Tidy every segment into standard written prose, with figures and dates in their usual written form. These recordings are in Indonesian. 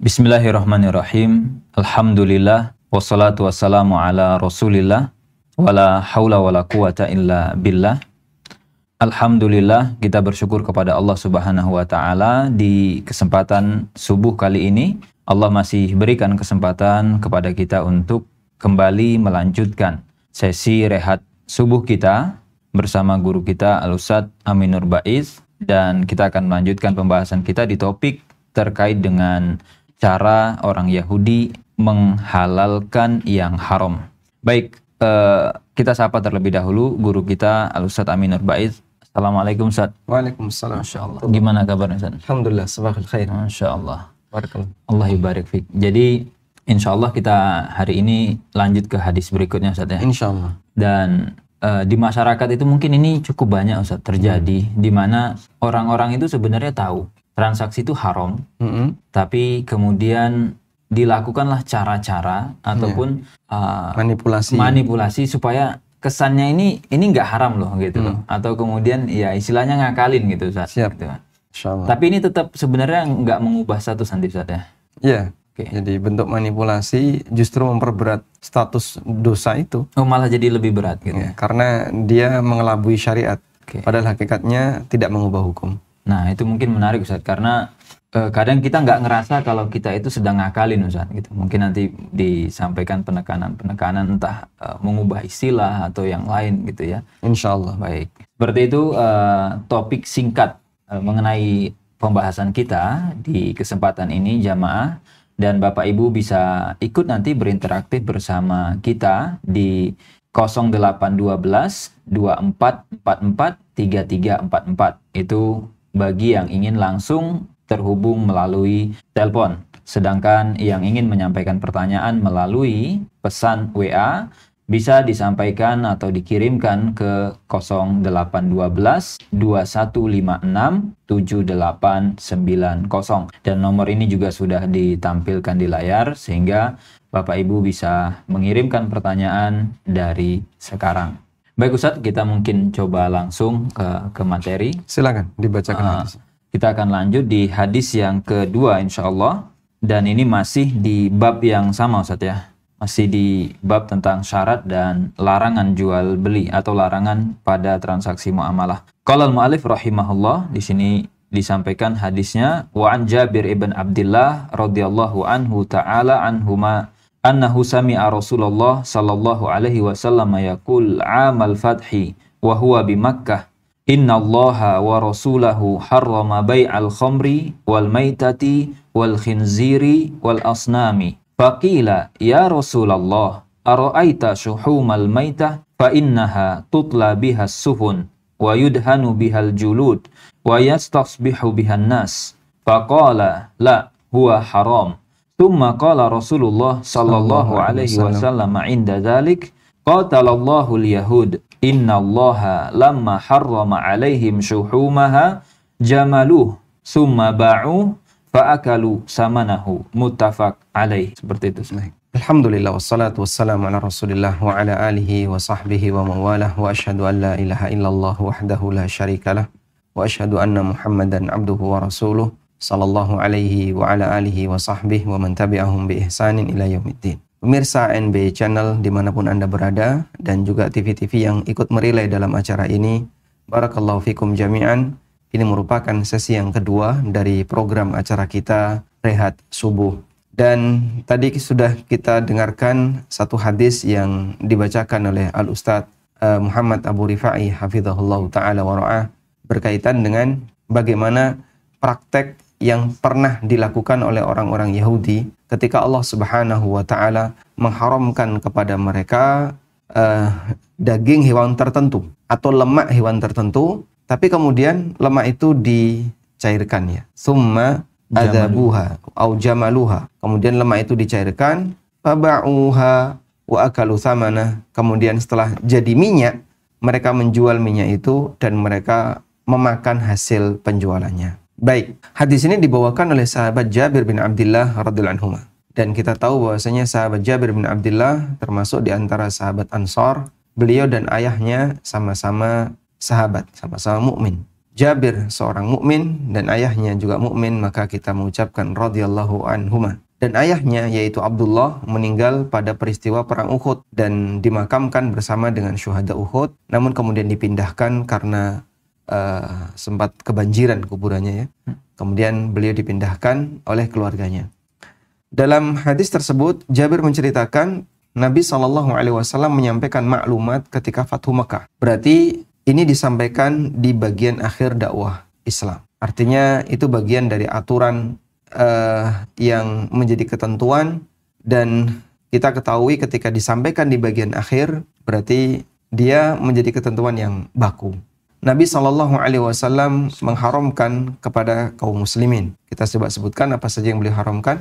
Bismillahirrahmanirrahim. Alhamdulillah wassalatu wassalamu ala Rasulillah wala haula wala quwata illa billah. Alhamdulillah, kita bersyukur kepada Allah Subhanahu wa taala di kesempatan subuh kali ini. Allah masih berikan kesempatan kepada kita untuk kembali melanjutkan sesi rehat subuh kita bersama guru kita Al-Ustadz Aminur Baiz, dan kita akan melanjutkan pembahasan kita di topik terkait dengan cara orang Yahudi menghalalkan yang haram. Baik, kita sapa terlebih dahulu guru kita Al-Ustadz Aminur Baiz. Assalamualaikum Ustadz. Waalaikumsalam. Masya Allah. Gimana kabarnya Ustadz? Alhamdulillah, sabahul khair. Masya Allah. Barakallah. Allah yubarik fiik. Jadi insya Allah kita hari ini lanjut ke hadis berikutnya Ustadz ya. Insya Allah. Dan di masyarakat itu mungkin ini cukup banyak Ustadz terjadi, di mana orang-orang itu sebenarnya tahu transaksi itu haram, tapi kemudian dilakukanlah cara-cara ataupun manipulasi supaya kesannya ini nggak haram loh gitu loh, atau kemudian ya istilahnya ngakalin gitu Ustaz. Siap. Gitu. Insyaallah. Tapi ini tetap sebenarnya nggak mengubah status nanti Ustaz ya. Iya. Okay. Jadi bentuk manipulasi justru memperberat status dosa itu. Oh, malah jadi lebih berat gitu. Ya, karena dia mengelabui syariat. Okay. Padahal hakikatnya tidak mengubah hukum. Nah, itu mungkin menarik Ustaz, karena kadang kita nggak ngerasa kalau kita itu sedang ngakalin Ustaz gitu. Mungkin nanti disampaikan penekanan entah mengubah istilah atau yang lain gitu ya. Insyaallah. Baik. Seperti itu topik singkat mengenai pembahasan kita di kesempatan ini jamaah, dan Bapak Ibu bisa ikut nanti berinteraktif bersama kita di 0812 2444 3344. Itu bagi yang ingin langsung terhubung melalui telepon. Sedangkan yang ingin menyampaikan pertanyaan melalui pesan WA bisa disampaikan atau dikirimkan ke 0812 2156 7890. Dan nomor ini juga sudah ditampilkan di layar sehingga Bapak Ibu bisa mengirimkan pertanyaan dari sekarang. Baik Ustadz, kita mungkin coba langsung ke materi. Silakan dibacakan hadis. Kita akan lanjut di hadis yang kedua insya Allah. Dan ini masih di bab yang sama Ustadz ya. Masih di bab tentang syarat dan larangan jual beli atau larangan pada transaksi muamalah. Qala al-mu'allif rahimahullah, di sini disampaikan hadisnya, wa an Jabir ibn Abdullah radhiyallahu anhu ta'ala anhuma annahu sami'a Rasulullah sallallahu alaihi wasallam yaqul 'amal fathi wa huwa bi Makkah, innallaha wa rasulahu harrama bai'al khamri wal maitati wal khinziri wal asnami. Faqila ya Rasulullah ara'aita shuhumal maitah fa innaha tutla biha sufun wa yudhanu bihal julud wa yastasbihu bihan nas. Faqala la huwa haram. Thumma qala Rasulullah sallallahu alaihi wasallam inda dzalik qatalallahu al-yahud innallaha lamma harrama alaihim shuhumaha jamaluh thumma ba'u fa'akalu samanahu muttafaq alaih. Seperti itu. Alhamdulillah wassalatu wassalamu ala Rasulillah wa ala alihi wa sahbihi wa mawalah wa asyhadu an la ilaha illallah wahdahu la syarikalah wa asyhadu anna Muhammadan abduhu wa rasuluh sallallahu alaihi wa ala alihi wa sahbihi wa man tabi'ahum bi ihsanin ila yaumiddin. Pemirsa NB Channel dimanapun Anda berada, dan juga TV-TV yang ikut merilai dalam acara ini, barakallahu fikum jami'an. Ini merupakan sesi yang kedua dari program acara kita Rehat Subuh. Dan tadi sudah kita dengarkan satu hadis yang dibacakan oleh Al-Ustadz Muhammad Abu Rifai hafizahullah ta'ala wa ra'ah, berkaitan dengan bagaimana praktek yang pernah dilakukan oleh orang-orang Yahudi ketika Allah Subhanahu wa taala mengharamkan kepada mereka daging hewan tertentu atau lemak hewan tertentu, tapi kemudian lemak itu dicairkan ya. Summa adzabuha au jamaluha. Kemudian lemak itu dicairkan, faba'uha wa akalu thamana. Kemudian setelah jadi minyak, mereka menjual minyak itu dan mereka memakan hasil penjualannya. Baik, hadis ini dibawakan oleh sahabat Jabir bin Abdullah radhiyallahu anhu. Dan kita tahu bahwasanya sahabat Jabir bin Abdullah termasuk di antara sahabat Ansar. Beliau dan ayahnya sama-sama sahabat, sama-sama mukmin. Jabir seorang mukmin dan ayahnya juga mukmin, maka kita mengucapkan radhiyallahu anhuma. Dan ayahnya yaitu Abdullah meninggal pada peristiwa perang Uhud dan dimakamkan bersama dengan syuhada Uhud, namun kemudian dipindahkan karena sempat kebanjiran kuburannya ya. Kemudian beliau dipindahkan oleh keluarganya. Dalam hadis tersebut Jabir menceritakan Nabi SAW menyampaikan maklumat ketika Fathu Makkah. Berarti ini disampaikan di bagian akhir dakwah Islam. Artinya itu bagian dari aturan yang menjadi ketentuan, dan kita ketahui ketika disampaikan di bagian akhir berarti dia menjadi ketentuan yang baku. Nabi SAW mengharamkan kepada kaum muslimin. Kita coba sebutkan apa saja yang beliau haramkan.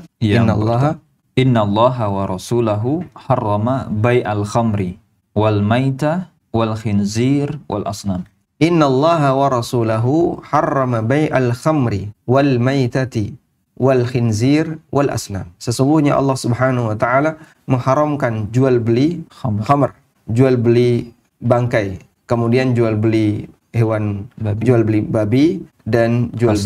Innallaha wa rasulahu harrama bai'al khamri wal maita wal khinzir wal asnam. Innallaha wa rasulahu harrama bai'al khamri wal maitati wal khinzir wal asnam. Sesungguhnya Allah Subhanahu wa taala mengharamkan jual beli khamr, jual beli bangkai, kemudian jual beli hewan babi, jual beli babi, dan jual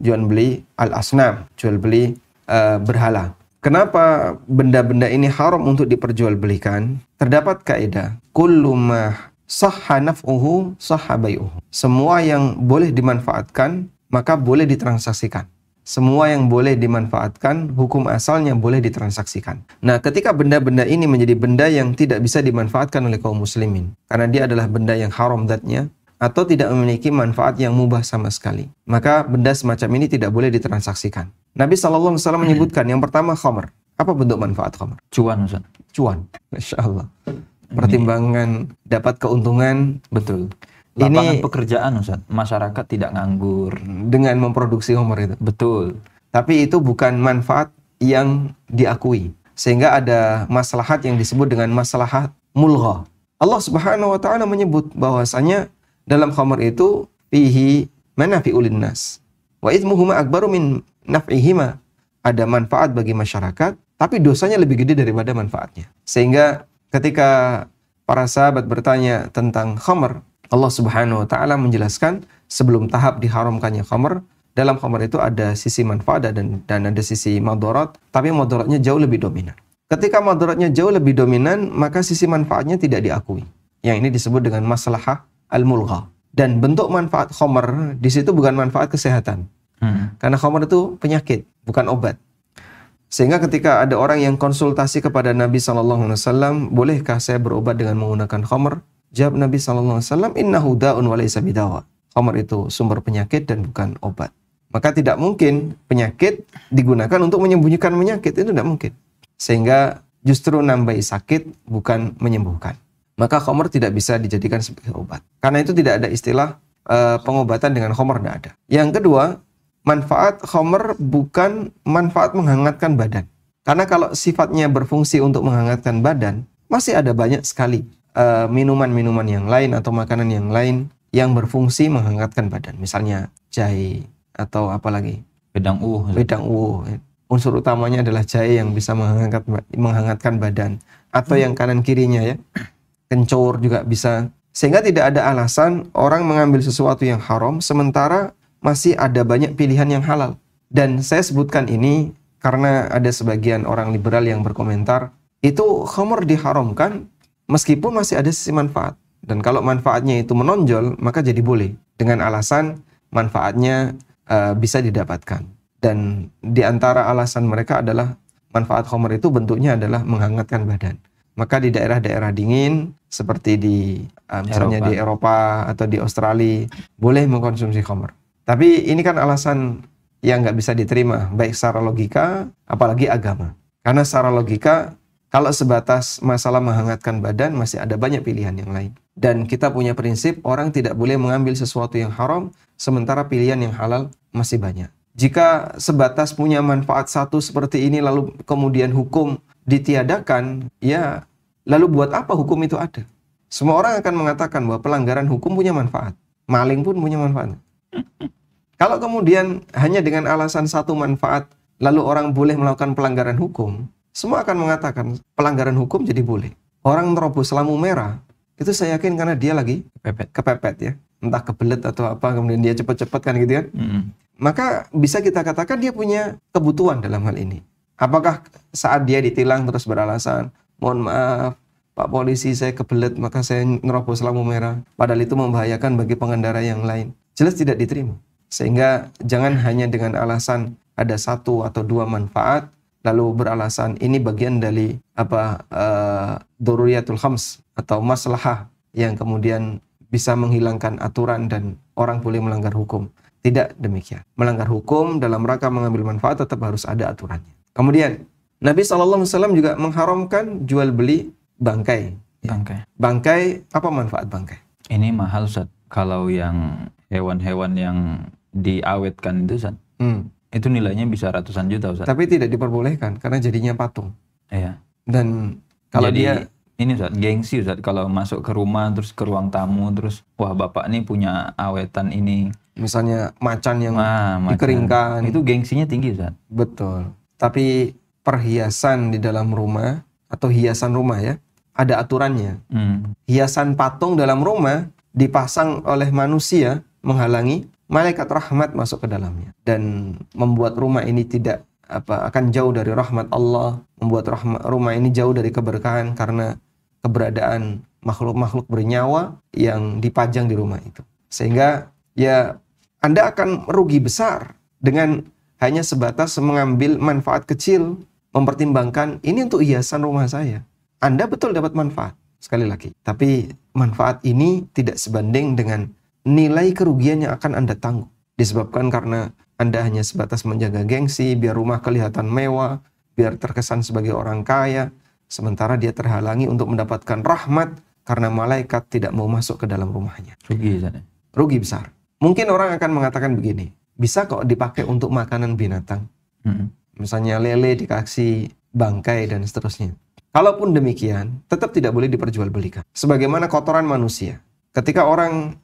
beli al asnam, jual beli berhala. Kenapa benda-benda ini haram untuk diperjualbelikan? Terdapat kaidah kullu ma sahha naf'uhu sahha bai'uhu. Semua yang boleh dimanfaatkan maka boleh ditransaksikan. Semua yang boleh dimanfaatkan, hukum asalnya boleh ditransaksikan. Nah, ketika benda-benda ini menjadi benda yang tidak bisa dimanfaatkan oleh kaum muslimin, karena dia adalah benda yang haram zatnya, atau tidak memiliki manfaat yang mubah sama sekali, maka benda semacam ini tidak boleh ditransaksikan. Nabi SAW menyebutkan yang pertama khamr. Apa bentuk manfaat khamr? Cuan, Ustaz. Cuan. Masya Allah. Pertimbangan, dapat keuntungan. Betul. Lapangan pekerjaan, Ustaz. Masyarakat tidak nganggur dengan memproduksi khamr itu. Betul. Tapi itu bukan manfaat yang diakui. Sehingga ada maslahat yang disebut dengan maslahat mulgha. Allah Subhanahu wa taala menyebut bahwasanya dalam khamr itu fihi manafi'ul linnas wa ithmuhuma akbaru min naf'ihima. Ada manfaat bagi masyarakat, tapi dosanya lebih gede daripada manfaatnya. Sehingga ketika para sahabat bertanya tentang khamr, Allah Subhanahu wa taala menjelaskan sebelum tahap diharamkannya khamr, dalam khamr itu ada sisi manfaat dan ada sisi madarat, tapi madaratnya jauh lebih dominan. Ketika madaratnya jauh lebih dominan, maka sisi manfaatnya tidak diakui. Yang ini disebut dengan maslahah al-mulgha. Dan bentuk manfaat khamr di situ bukan manfaat kesehatan. Karena khamr itu penyakit, bukan obat. Sehingga ketika ada orang yang konsultasi kepada Nabi SAW, bolehkah saya berobat dengan menggunakan khamr? Jawab Nabi SAW, innahu da'un wa laysa bidawa. Khamr itu sumber penyakit dan bukan obat. Maka tidak mungkin penyakit digunakan untuk menyembuhkan penyakit, itu tidak mungkin. Sehingga justru nambahi sakit, bukan menyembuhkan. Maka khamr tidak bisa dijadikan sebagai obat. Karena itu tidak ada istilah pengobatan dengan khamr, tidak ada. Yang kedua, manfaat khamr bukan manfaat menghangatkan badan. Karena kalau sifatnya berfungsi untuk menghangatkan badan, masih ada banyak sekali minuman-minuman yang lain atau makanan yang lain yang berfungsi menghangatkan badan. Misalnya jahe atau apa lagi? Wedang uwuh. Unsur utamanya adalah jahe yang bisa menghangatkan badan. Atau yang kanan kirinya ya. Kencur juga bisa. Sehingga tidak ada alasan orang mengambil sesuatu yang haram sementara masih ada banyak pilihan yang halal. Dan saya sebutkan ini karena ada sebagian orang liberal yang berkomentar, itu khamr diharamkan meskipun masih ada sisi manfaat. Dan kalau manfaatnya itu menonjol, maka jadi boleh. Dengan alasan manfaatnya bisa didapatkan. Dan di antara alasan mereka adalah manfaat khamr itu bentuknya adalah menghangatkan badan. Maka di daerah-daerah dingin, seperti di misalnya di Eropa atau di Australia, boleh mengkonsumsi khamr. Tapi ini kan alasan yang nggak bisa diterima, baik secara logika, apalagi agama. Karena secara logika, kalau sebatas masalah menghangatkan badan, masih ada banyak pilihan yang lain. Dan kita punya prinsip, orang tidak boleh mengambil sesuatu yang haram, sementara pilihan yang halal masih banyak. Jika sebatas punya manfaat satu seperti ini, lalu kemudian hukum ditiadakan, ya lalu buat apa hukum itu ada? Semua orang akan mengatakan bahwa pelanggaran hukum punya manfaat. Maling pun punya manfaat. Kalau kemudian hanya dengan alasan satu manfaat, lalu orang boleh melakukan pelanggaran hukum, semua akan mengatakan pelanggaran hukum jadi boleh. Orang nerobos lampu merah, itu saya yakin karena dia lagi kepepet ya. entah kebelet atau apa, kemudian dia cepat-cepat kan gitu kan. Maka bisa kita katakan dia punya kebutuhan dalam hal ini. Apakah saat dia ditilang terus beralasan, mohon maaf Pak Polisi, saya kebelet maka saya nerobos lampu merah, padahal itu membahayakan bagi pengendara yang lain. Jelas tidak diterima. Sehingga jangan hanya dengan alasan ada satu atau dua manfaat, lalu beralasan ini bagian dari daruriyatul khams atau maslahah yang kemudian bisa menghilangkan aturan dan orang boleh melanggar hukum. Tidak demikian. Melanggar hukum dalam rangka mengambil manfaat tetap harus ada aturannya. Kemudian Nabi SAW juga mengharamkan jual beli bangkai. Bangkai, apa manfaat bangkai? Ini mahal, Ustaz. Kalau yang hewan-hewan yang diawetkan itu, Ustaz, itu nilainya bisa ratusan juta, Ustaz. Tapi tidak diperbolehkan karena jadinya patung. Iya. Dan kalau jadi, ini Ustaz, gengsi Ustaz, kalau masuk ke rumah terus ke ruang tamu terus wah bapak ini punya awetan ini. Misalnya macan yang dikeringkan. Itu gengsinya tinggi Ustaz. Betul. Tapi perhiasan di dalam rumah atau hiasan rumah ya, ada aturannya. Hiasan patung dalam rumah dipasang oleh manusia menghalangi malaikat rahmat masuk ke dalamnya dan membuat rumah ini tidak akan jauh dari rahmat Allah, membuat rumah ini jauh dari keberkahan karena keberadaan makhluk-makhluk bernyawa yang dipajang di rumah itu. Sehingga ya Anda akan merugi besar dengan hanya sebatas mengambil manfaat kecil, mempertimbangkan ini untuk hiasan rumah saya. Anda betul dapat manfaat, sekali lagi. Tapi manfaat ini tidak sebanding dengan nilai kerugian yang akan Anda tanggung. Disebabkan karena Anda hanya sebatas menjaga gengsi, biar rumah kelihatan mewah, biar terkesan sebagai orang kaya, sementara dia terhalangi untuk mendapatkan rahmat karena malaikat tidak mau masuk ke dalam rumahnya. Rugi besar. Mungkin orang akan mengatakan begini, bisa kok dipakai untuk makanan binatang. Misalnya lele dikasih bangkai dan seterusnya. Kalaupun demikian, tetap tidak boleh diperjualbelikan. Sebagaimana kotoran manusia. Ketika orang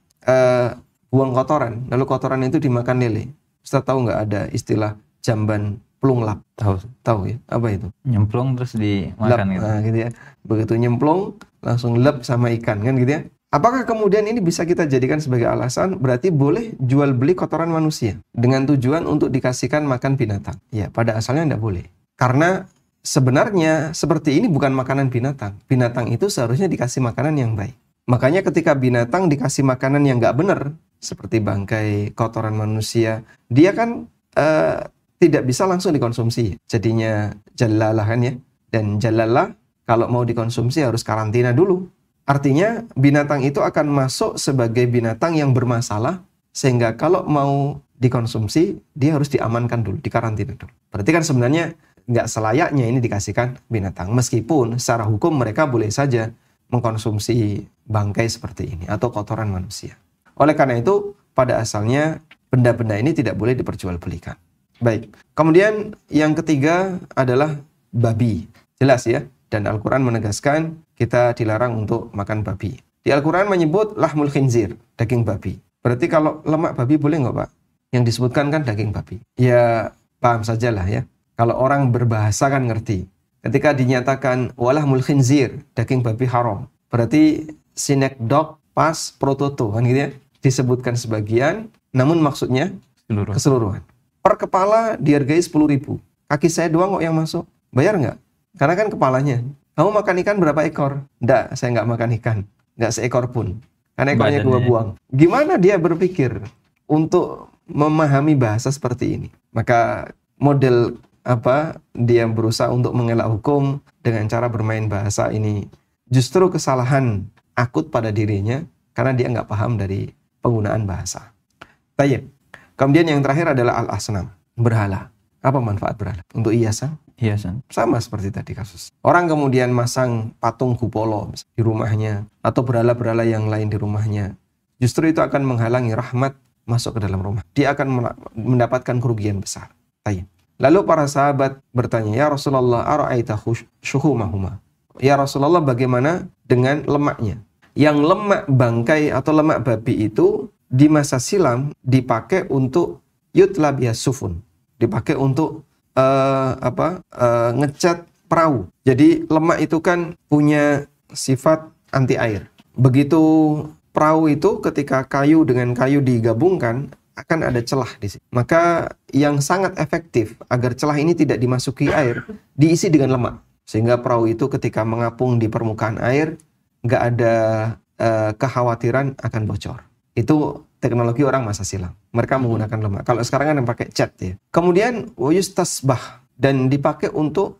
buang kotoran, lalu kotoran itu dimakan lele. Ustaz tahu nggak ada istilah jamban pelunglap? Tahu ya? Apa itu? Nyemplung terus dimakan gitu. Nah, gitu ya. Begitu nyemplung, langsung lep sama ikan kan gitu ya. Apakah kemudian ini bisa kita jadikan sebagai alasan berarti boleh jual beli kotoran manusia dengan tujuan untuk dikasihkan makan binatang? Ya, pada asalnya tidak boleh. Karena sebenarnya seperti ini bukan makanan binatang. Binatang itu seharusnya dikasih makanan yang baik. Makanya ketika binatang dikasih makanan yang nggak benar, seperti bangkai, kotoran manusia, dia kan tidak bisa langsung dikonsumsi. Jadinya jalalah kan ya. Dan jalalah kalau mau dikonsumsi harus karantina dulu. Artinya binatang itu akan masuk sebagai binatang yang bermasalah, sehingga kalau mau dikonsumsi, dia harus diamankan dulu, dikarantina dulu. Berarti kan sebenarnya nggak selayaknya ini dikasihkan binatang. Meskipun secara hukum mereka boleh saja mengkonsumsi bangkai seperti ini, atau kotoran manusia. Oleh karena itu, pada asalnya benda-benda ini tidak boleh diperjualbelikan. Baik, kemudian yang ketiga adalah babi. Jelas ya, dan Al-Quran menegaskan kita dilarang untuk makan babi. Di Al-Quran menyebut lahmul khinzir, daging babi. Berarti kalau lemak babi boleh nggak Pak? Yang disebutkan kan daging babi. Ya paham sajalah ya. Kalau orang berbahasa kan ngerti. Ketika dinyatakan walahmul khinzir, daging babi haram. Berarti sinek dog pas prototo kan gitu ya. Disebutkan sebagian, namun maksudnya keseluruhan. Per kepala dihargai 10.000. Kaki saya doang kok yang masuk. Bayar nggak? Karena kan kepalanya. Kamu makan ikan berapa ekor? Nggak, saya nggak makan ikan. Nggak seekor pun. Karena ekornya gua buang. Gimana dia berpikir untuk memahami bahasa seperti ini? Maka model dia berusaha untuk mengelak hukum dengan cara bermain bahasa ini justru kesalahan akut pada dirinya karena dia nggak paham dari penggunaan bahasa. Tayyib. Kemudian yang terakhir adalah al-asnam, berhala. Apa manfaat berhala? Untuk hiasan? Sama seperti tadi kasus. Orang kemudian masang patung Kupolo di rumahnya atau berhala-berhala yang lain di rumahnya. Justru itu akan menghalangi rahmat masuk ke dalam rumah. Dia akan mendapatkan kerugian besar. Tayyib. Lalu para sahabat bertanya, "Ya Rasulullah, ara'aita syuhumahuma?" Ya Rasulullah, bagaimana dengan lemaknya? Yang lemak bangkai atau lemak babi itu di masa silam dipakai untuk yutla bias sufun. Dipakai untuk ngecat perahu. Jadi lemak itu kan punya sifat anti air. Begitu perahu itu ketika kayu dengan kayu digabungkan akan ada celah di sini. Maka yang sangat efektif agar celah ini tidak dimasuki air, diisi dengan lemak. Sehingga perahu itu ketika mengapung di permukaan air, nggak ada kekhawatiran akan bocor. Itu teknologi orang masa silam. Mereka menggunakan lemak. Kalau sekarang kan yang pakai cat ya. Kemudian wayustasbah, dan dipakai untuk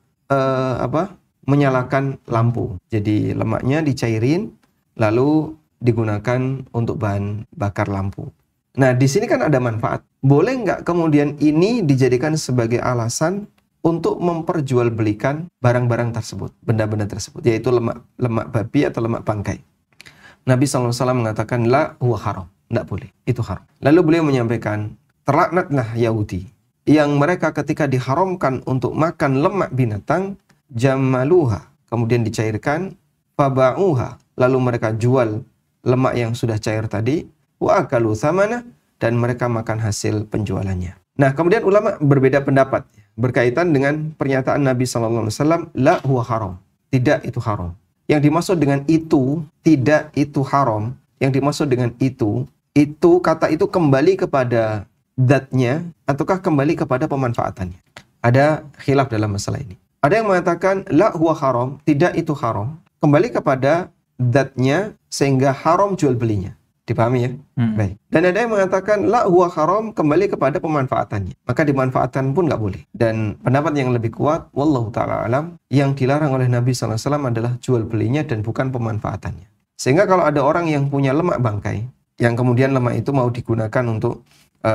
menyalakan lampu. Jadi lemaknya dicairin lalu digunakan untuk bahan bakar lampu. Nah, di sini kan ada manfaat. Boleh nggak kemudian ini dijadikan sebagai alasan untuk memperjualbelikan barang-barang tersebut, benda-benda tersebut, yaitu lemak babi atau lemak bangkai? Nabi SAW mengatakan, la huwa haram. Tidak boleh, itu haram. Lalu beliau menyampaikan, terlaknatlah Yahudi yang mereka ketika diharamkan untuk makan lemak binatang, jamaluha, kemudian dicairkan, faba'uha, lalu mereka jual lemak yang sudah cair tadi, wa akalu thamana, dan mereka makan hasil penjualannya. Nah, kemudian ulama berbeda pendapat berkaitan dengan pernyataan Nabi SAW, la huwa haram, tidak itu haram. Yang dimaksud dengan itu, tidak itu haram, yang dimaksud dengan itu kata itu kembali kepada zatnya ataukah kembali kepada pemanfaatannya. Ada khilaf dalam masalah ini. Ada yang mengatakan la huwa haram, tidak itu haram, kembali kepada zatnya sehingga haram jual belinya. Dipahami ya? Baik. Dan ada yang mengatakan la huwa haram, kembali kepada pemanfaatannya. Maka dimanfaatkan pun nggak boleh. Dan pendapat yang lebih kuat, wallahu ta'ala alam, yang dilarang oleh Nabi SAW adalah jual belinya dan bukan pemanfaatannya. Sehingga kalau ada orang yang punya lemak bangkai, yang kemudian lemak itu mau digunakan untuk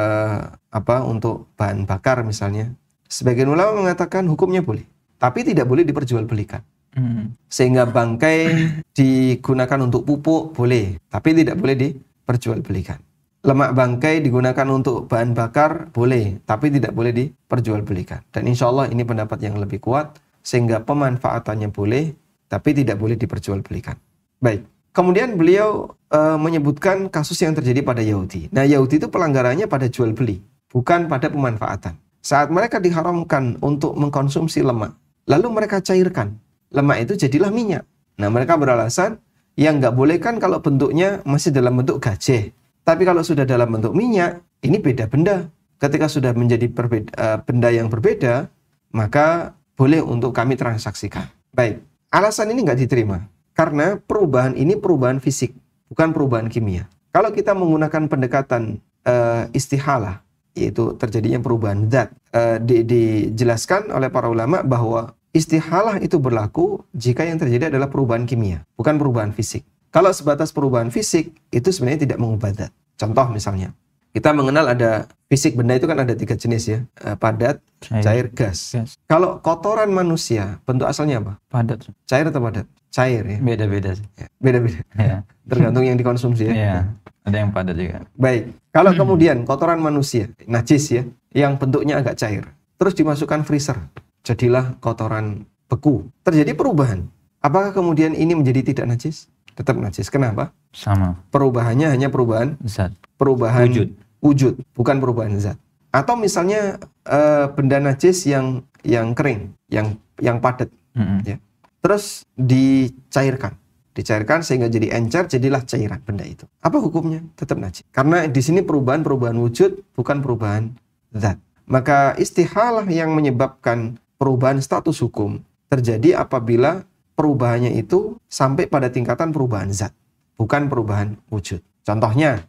untuk bahan bakar misalnya, sebagian ulama mengatakan hukumnya boleh, tapi tidak boleh diperjualbelikan. Sehingga bangkai digunakan untuk pupuk boleh, tapi tidak boleh diperjualbelikan. Lemak bangkai digunakan untuk bahan bakar boleh, tapi tidak boleh diperjualbelikan. Dan insya Allah ini pendapat yang lebih kuat, sehingga pemanfaatannya boleh, tapi tidak boleh diperjualbelikan. Baik. Kemudian beliau menyebutkan kasus yang terjadi pada Yahudi. Nah, Yahudi itu pelanggarannya pada jual beli, bukan pada pemanfaatan. Saat mereka diharamkan untuk mengkonsumsi lemak, lalu mereka cairkan. Lemak itu jadilah minyak. Nah, mereka beralasan, yang nggak boleh kan kalau bentuknya masih dalam bentuk gajah. Tapi kalau sudah dalam bentuk minyak, ini beda benda. Ketika sudah menjadi benda yang berbeda, maka boleh untuk kami transaksikan. Baik, alasan ini nggak diterima. Karena perubahan ini perubahan fisik, bukan perubahan kimia. Kalau kita menggunakan pendekatan istihalah, yaitu terjadinya perubahan zat, dijelaskan oleh para ulama bahwa istihalah itu berlaku jika yang terjadi adalah perubahan kimia, bukan perubahan fisik. Kalau sebatas perubahan fisik, itu sebenarnya tidak mengubah zat. Contoh misalnya, kita mengenal ada fisik benda itu kan ada 3 jenis ya, padat, cair, gas. Kalau kotoran manusia, bentuk asalnya apa? Padat. Cair atau padat? Cair ya. Beda-beda sih. Ya, beda-beda. Ya. Tergantung yang dikonsumsi ya. Iya. Ada yang padat juga. Baik. Kalau kemudian kotoran manusia, najis ya, yang bentuknya agak cair, terus dimasukkan freezer, jadilah kotoran beku. Terjadi perubahan. Apakah kemudian ini menjadi tidak najis? Tetap najis. Kenapa? Sama. Perubahannya hanya perubahan Zat. Perubahan wujud, bukan perubahan zat. Atau misalnya benda najis yang kering, yang padat, ya. Terus dicairkan sehingga jadi encer, jadilah cairan benda itu. Apa hukumnya? Tetap najis. Karena di sini perubahan wujud, bukan perubahan zat. Maka istihalah yang menyebabkan perubahan status hukum terjadi apabila perubahannya itu sampai pada tingkatan perubahan zat, bukan perubahan wujud. Contohnya,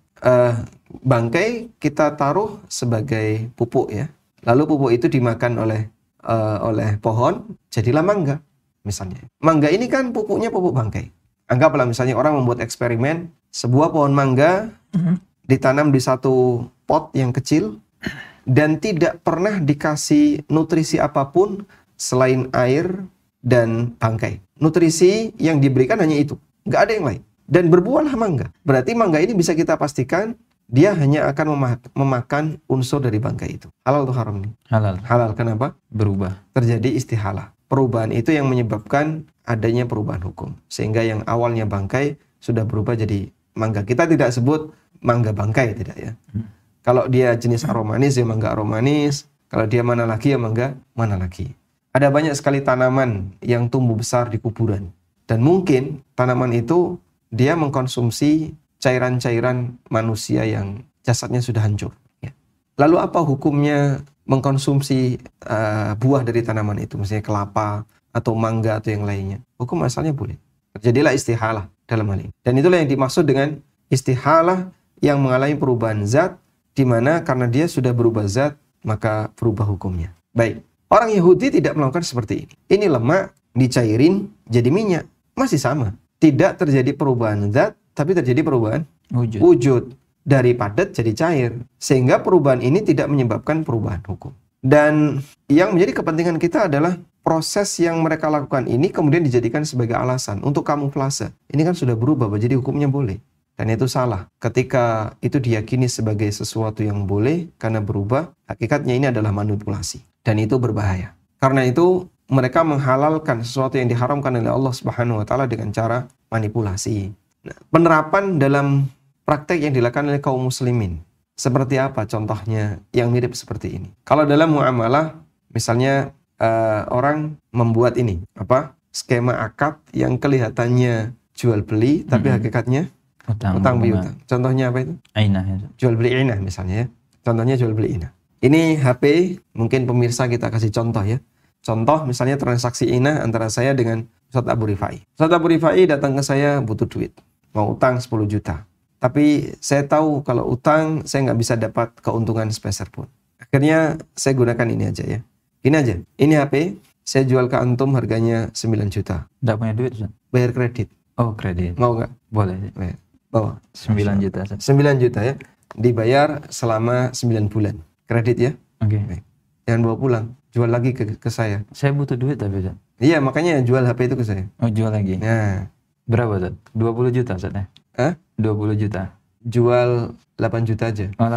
bangkai kita taruh sebagai pupuk ya. Lalu pupuk itu dimakan oleh pohon, jadilah mangga misalnya. Mangga ini kan pupuknya pupuk bangkai. Anggaplah misalnya orang membuat eksperimen, sebuah pohon mangga ditanam di satu pot yang kecil dan tidak pernah dikasih nutrisi apapun selain air dan bangkai. Nutrisi yang diberikan hanya itu, nggak ada yang lain. Dan berbuahlah mangga. Berarti mangga ini bisa kita pastikan dia hanya akan memakan unsur dari bangkai itu. Halal atau haram nih? Halal. Halal. Kenapa? Berubah. Terjadi istihalah. Perubahan itu yang menyebabkan adanya perubahan hukum. Sehingga yang awalnya bangkai sudah berubah jadi mangga. Kita tidak sebut mangga bangkai, tidak ya. Kalau dia jenis aromanis ya mangga aromanis. Kalau dia mana lagi ya mangga mana lagi. Ada banyak sekali tanaman yang tumbuh besar di kuburan. Dan mungkin tanaman itu dia mengkonsumsi cairan-cairan manusia yang jasadnya sudah hancur. Ya. Lalu apa hukumnya mengkonsumsi buah dari tanaman itu, misalnya kelapa atau mangga atau yang lainnya? Hukum asalnya boleh. Terjadilah istihalah dalam hal ini. Dan itulah yang dimaksud dengan istihalah yang mengalami perubahan zat, di mana karena dia sudah berubah zat, maka berubah hukumnya. Baik, orang Yahudi tidak melakukan seperti ini. Ini lemak dicairin jadi minyak, masih sama. Tidak terjadi perubahan zat, tapi terjadi perubahan wujud. Dari padat jadi cair. Sehingga perubahan ini tidak menyebabkan perubahan hukum. Dan yang menjadi kepentingan kita adalah proses yang mereka lakukan ini kemudian dijadikan sebagai alasan untuk kamuflase. Ini kan sudah berubah, jadi hukumnya boleh. Dan itu salah. Ketika itu diyakini sebagai sesuatu yang boleh karena berubah, hakikatnya ini adalah manipulasi. Dan itu berbahaya. Karena itu mereka menghalalkan sesuatu yang diharamkan oleh Allah Subhanahu wa taala dengan cara manipulasi. Nah, penerapan dalam praktek yang dilakukan oleh kaum muslimin. Seperti apa contohnya yang mirip seperti ini? Kalau dalam muamalah, misalnya orang membuat ini, skema akad yang kelihatannya jual beli, tapi hakikatnya utang piutang. Contohnya apa itu? Ainah. Jual beli inah misalnya ya. Contohnya jual beli inah. Ini HP, mungkin pemirsa kita kasih contoh ya. Contoh misalnya transaksi inah antara saya dengan Ustaz Abu Rifai. Ustaz Abu Rifai datang ke saya butuh duit. Mau utang 10 juta. Tapi saya tahu kalau utang saya nggak bisa dapat keuntungan sepeser pun. Akhirnya saya gunakan ini aja ya. Ini aja. Ini HP, saya jual ke antum harganya 9 juta. Nggak punya duit, Ustaz? Bayar kredit. Oh, kredit. Mau nggak? Boleh. Bawa. 9 juta. 9 juta ya. Dibayar selama 9 bulan. Kredit ya. Oke. Jangan bawa pulang. Jual lagi ke saya. Saya butuh duit tapi, Ustaz. Iya, makanya jual HP itu ke saya. Oh, jual lagi. Nah. Berapa, Ustaz? 20 juta, Ustaz ya? Hah? 20 juta. Jual 8 juta aja. Oh,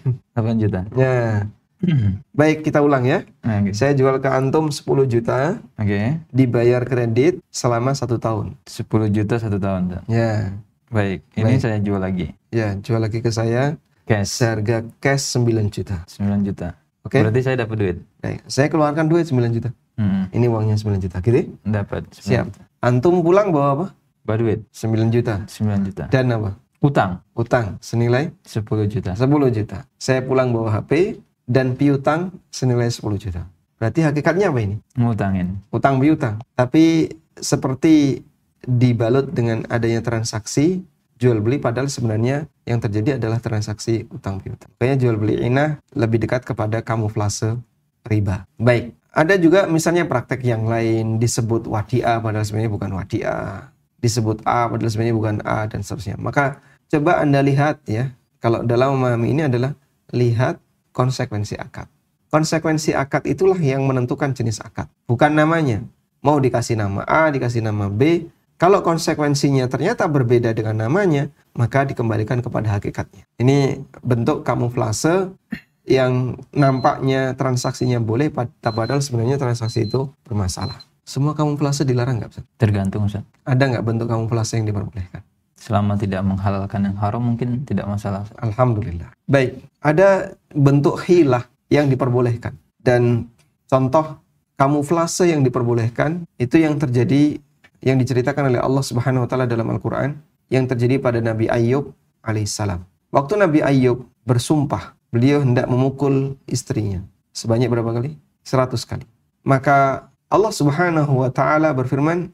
8 juta. Ya. Baik, kita ulang ya. Okay. Saya jual ke antum 10 juta. Oke. Dibayar kredit selama 1 tahun. 10 juta 1 tahun, Ustaz. Ya. Baik, ini saya jual lagi. Ya, jual lagi ke saya. Cash. Seharga cash 9 juta. 9 juta. Oke. Berarti saya dapat duit. Baik, saya keluarkan duit 9 juta. Ini uangnya 9 juta, gitu? Dapat 9 Siap. juta. Antum pulang bawa apa? Bawa duit 9 juta. 9 juta. Dan apa? Utang Utang senilai 10 juta. 10 juta. Saya pulang bawa HP dan piutang senilai 10 juta. Berarti hakikatnya apa ini? Ngutangin. Utang piutang. Tapi seperti dibalut dengan adanya transaksi jual beli, padahal sebenarnya yang terjadi adalah transaksi utang piutang. Makanya jual beli inah lebih dekat kepada kamuflase riba. Baik, ada juga misalnya praktek yang lain disebut wadiah padahal sebenarnya bukan wadiah. Disebut A padahal sebenarnya bukan A dan seterusnya. Maka coba Anda lihat ya, kalau dalam memahami ini adalah lihat konsekuensi akad. Konsekuensi akad itulah yang menentukan jenis akad, bukan namanya. Mau dikasih nama A, dikasih nama B, kalau konsekuensinya ternyata berbeda dengan namanya, maka dikembalikan kepada hakikatnya. Ini bentuk kamuflase yang nampaknya transaksinya boleh, padahal sebenarnya transaksi itu bermasalah. Semua kamuflase dilarang nggak, Ustaz? Tergantung, Ustaz. Ada nggak bentuk kamuflase yang diperbolehkan? Selama tidak menghalalkan yang haram mungkin tidak masalah, Ustaz. Alhamdulillah. Baik, ada bentuk hilah yang diperbolehkan. Dan contoh kamuflase yang diperbolehkan itu yang terjadi, yang diceritakan oleh Allah Subhanahu wa taala dalam Al-Qur'an, yang terjadi pada Nabi Ayyub alaihissalam. Waktu Nabi Ayyub bersumpah, beliau hendak memukul istrinya. Sebanyak berapa kali? 100 kali. Maka Allah Subhanahu wa taala berfirman,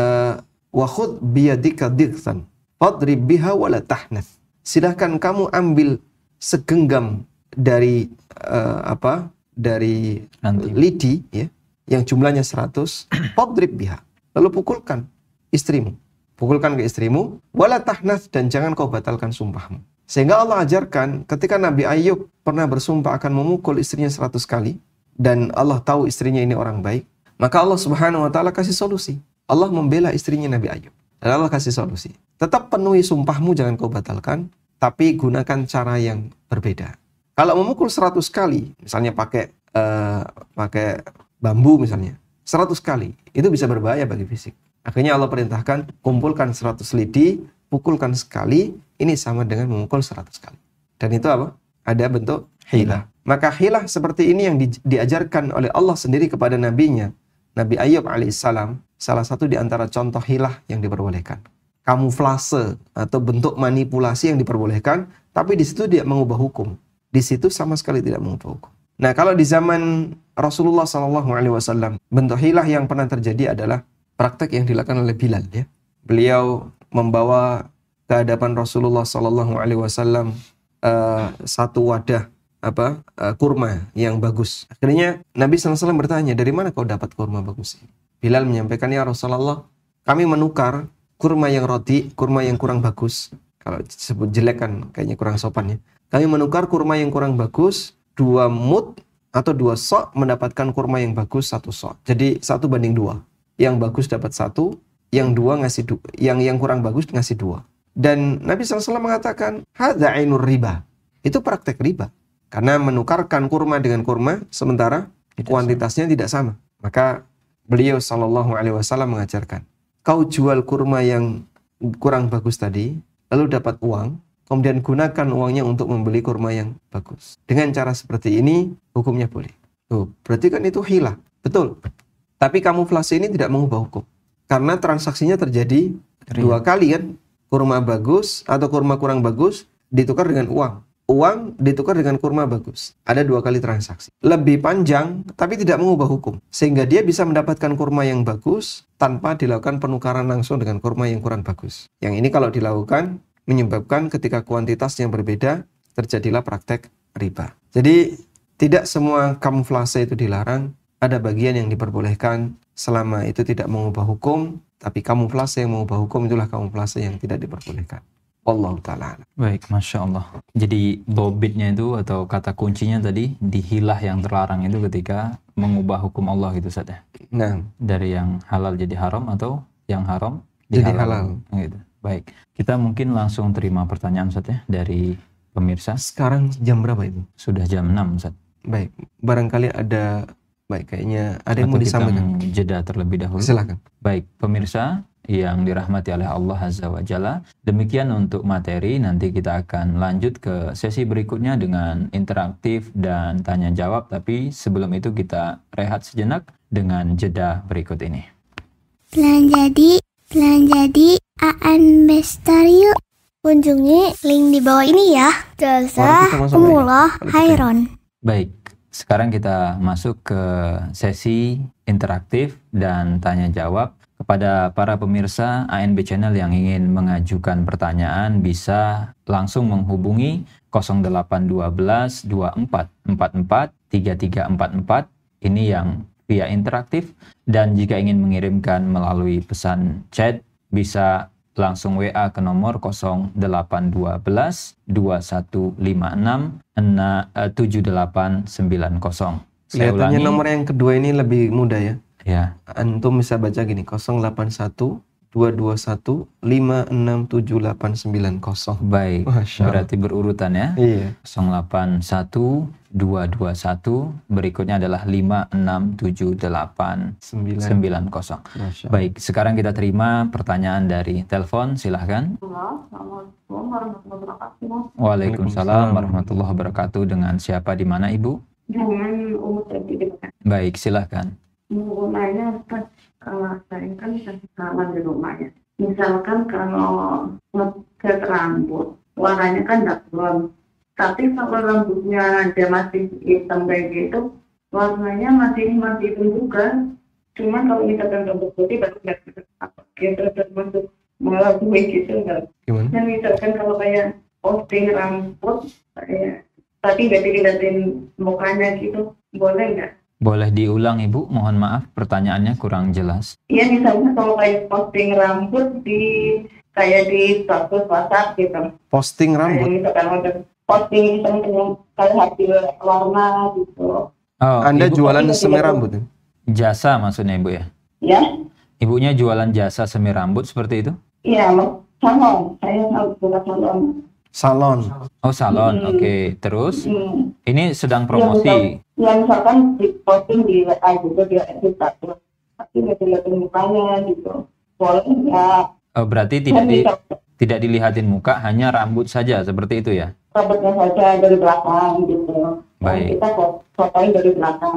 wa khudh biyadika dighsan fadrib biha wa la tahnath. Silakan kamu ambil segenggam dari dari lidi ya, yang jumlahnya 100, fadrib biha. Lalu pukulkan istrimu. Pukulkan ke istrimu, wa la tahnath, dan jangan kau batalkan sumpahmu. Sehingga Allah ajarkan ketika Nabi Ayyub pernah bersumpah akan memukul istrinya 100 kali dan Allah tahu istrinya ini orang baik, maka Allah Subhanahu wa taala kasih solusi. Allah membela istrinya Nabi Ayyub. Dan Allah kasih solusi. Tetap penuhi sumpahmu, jangan kau batalkan, tapi gunakan cara yang berbeda. Kalau memukul 100 kali, misalnya pakai bambu misalnya, 100 kali, itu bisa berbahaya bagi fisik. Akhirnya Allah perintahkan, kumpulkan 100 lidi, pukulkan sekali, ini sama dengan memukul 100 kali. Dan itu apa? Ada bentuk hilah. Maka hilah seperti ini yang diajarkan oleh Allah sendiri kepada nabinya, Nabi Ayyub alaihissalam, salah satu di antara contoh hilah yang diperbolehkan. kamuflase atau bentuk manipulasi yang diperbolehkan, tapi di situ tidak mengubah hukum. Di situ sama sekali tidak mengubah hukum. Nah, kalau di zaman Rasulullah SAW, bentuk hilah yang pernah terjadi adalah praktek yang dilakukan oleh Bilal. Ya. Beliau membawa ke hadapan Rasulullah SAW satu wadah kurma yang bagus. Akhirnya Nabi SAW bertanya, dari mana kau dapat kurma bagus ini? Bilal menyampaikan, ya Rasulullah, kami menukar kurma yang roti, kurma yang kurang bagus. Kalau disebut jelek kan kayaknya kurang sopan ya. Kami menukar kurma yang kurang bagus, 2 mud atau 2 sok mendapatkan kurma yang bagus 1 sok. Jadi 1:2. Yang bagus dapat 1, yang 2 ngasih 2, yang kurang bagus ngasih 2. Dan Nabi SAW mengatakan, hadza ainur riba. Itu praktek riba. Karena menukarkan kurma dengan kurma sementara kuantitasnya tidak sama. Maka beliau SAW mengajarkan, kau jual kurma yang kurang bagus tadi, lalu dapat uang, kemudian gunakan uangnya untuk membeli kurma yang bagus. Dengan cara seperti ini, hukumnya boleh. Tuh, berarti kan itu hilah. Betul. Tapi kamuflase ini tidak mengubah hukum. Karena transaksinya terjadi 2 kali kan. Kurma bagus atau kurma kurang bagus ditukar dengan uang. Uang ditukar dengan kurma bagus. Ada 2 kali transaksi. Lebih panjang, tapi tidak mengubah hukum. Sehingga dia bisa mendapatkan kurma yang bagus tanpa dilakukan penukaran langsung dengan kurma yang kurang bagus. Yang ini kalau dilakukan, menyebabkan ketika kuantitas yang berbeda, terjadilah praktek riba. Jadi, tidak semua kamuflase itu dilarang. Ada bagian yang diperbolehkan selama itu tidak mengubah hukum. Tapi kamuflase yang mengubah hukum itulah kamuflase yang tidak diperbolehkan. Wallahu ta'ala. Baik, Masya Allah. Jadi dobitnya itu atau kata kuncinya tadi di hilah yang terlarang itu ketika mengubah hukum Allah gitu Ustaz ya. Nah, Dari yang halal jadi haram atau yang haram jadi halal. Gitu. Baik, kita mungkin langsung terima pertanyaan Ustaz ya dari pemirsa. Sekarang jam berapa itu? Sudah jam 6 Ustaz. Baik, barangkali ada, kayaknya ada yang mau disampaikan. Jeda terlebih dahulu. Silakan. Baik, pemirsa yang dirahmati oleh Allah Azza wa Jalla. Demikian untuk materi, nanti kita akan lanjut ke sesi berikutnya dengan interaktif dan tanya jawab. Tapi sebelum itu kita rehat sejenak dengan jeda berikut ini. Plan jadi AN Bestar yuk. Kunjungi link di bawah ini ya. Jazakumullah khairan. Baik, sekarang kita masuk ke sesi interaktif dan tanya jawab. Kepada para pemirsa ANB Channel yang ingin mengajukan pertanyaan bisa langsung menghubungi 0812 24 44 3344. Ini yang via interaktif. Dan jika ingin mengirimkan melalui pesan chat bisa langsung WA ke nomor 0812 2156 7890. Kelihatannya nomor yang kedua ini lebih mudah ya. Ya. Antum bisa baca gini, 081 221 567890. Baik, berarti berurutan ya. Iya. 081 221 berikutnya adalah 567890. Baik, sekarang kita terima pertanyaan dari telepon, silahkan. Assalamualaikum warahmatullahi wabarakatuh. Waalaikumsalam warahmatullahi wabarakatuh. Dengan siapa, di mana Ibu? Dengan Umut Tadi. Baik, silahkan. Mau nanya, saya kan kenalan di rumahnya. Misalkan kalau ngecat rambut, warnanya kan nggak blond. Tapi kalau rambutnya dia masih hitam kayak gitu, warnanya masih hitam juga. Cuma kalau misalkan rambut putih baru nggak apa gitu termasuk malah gue gitu nggak. Gimana? Dan misalkan kalau kayak posting rambut, kayak tapi nggak dilihatin mukanya gitu, boleh nggak? Boleh diulang Ibu, mohon maaf pertanyaannya kurang jelas. Iya, misalnya kalau kayak posting rambut kayak di status WhatsApp gitu. Posting rambut? Kayak misalkan untuk posting misalnya kayak hasil warna gitu. Oh, Anda Ibu jualan semi rambut? jasa maksudnya Ibu ya? Ya? Ibunya jualan jasa semi rambut seperti itu? Iya, salon. Saya bukan salon. Salon. Oh, salon. Oke. Terus ini sedang promosi. Ya misalkan di posting di WA gitu, di status. Tapi nggak dilihatin mukanya gitu. Boleh nggak? Oh, berarti tidak dilihatin muka, hanya rambut saja seperti itu ya? Rambutnya saja dari belakang gitu. Baik. Kita fotoin dari belakang.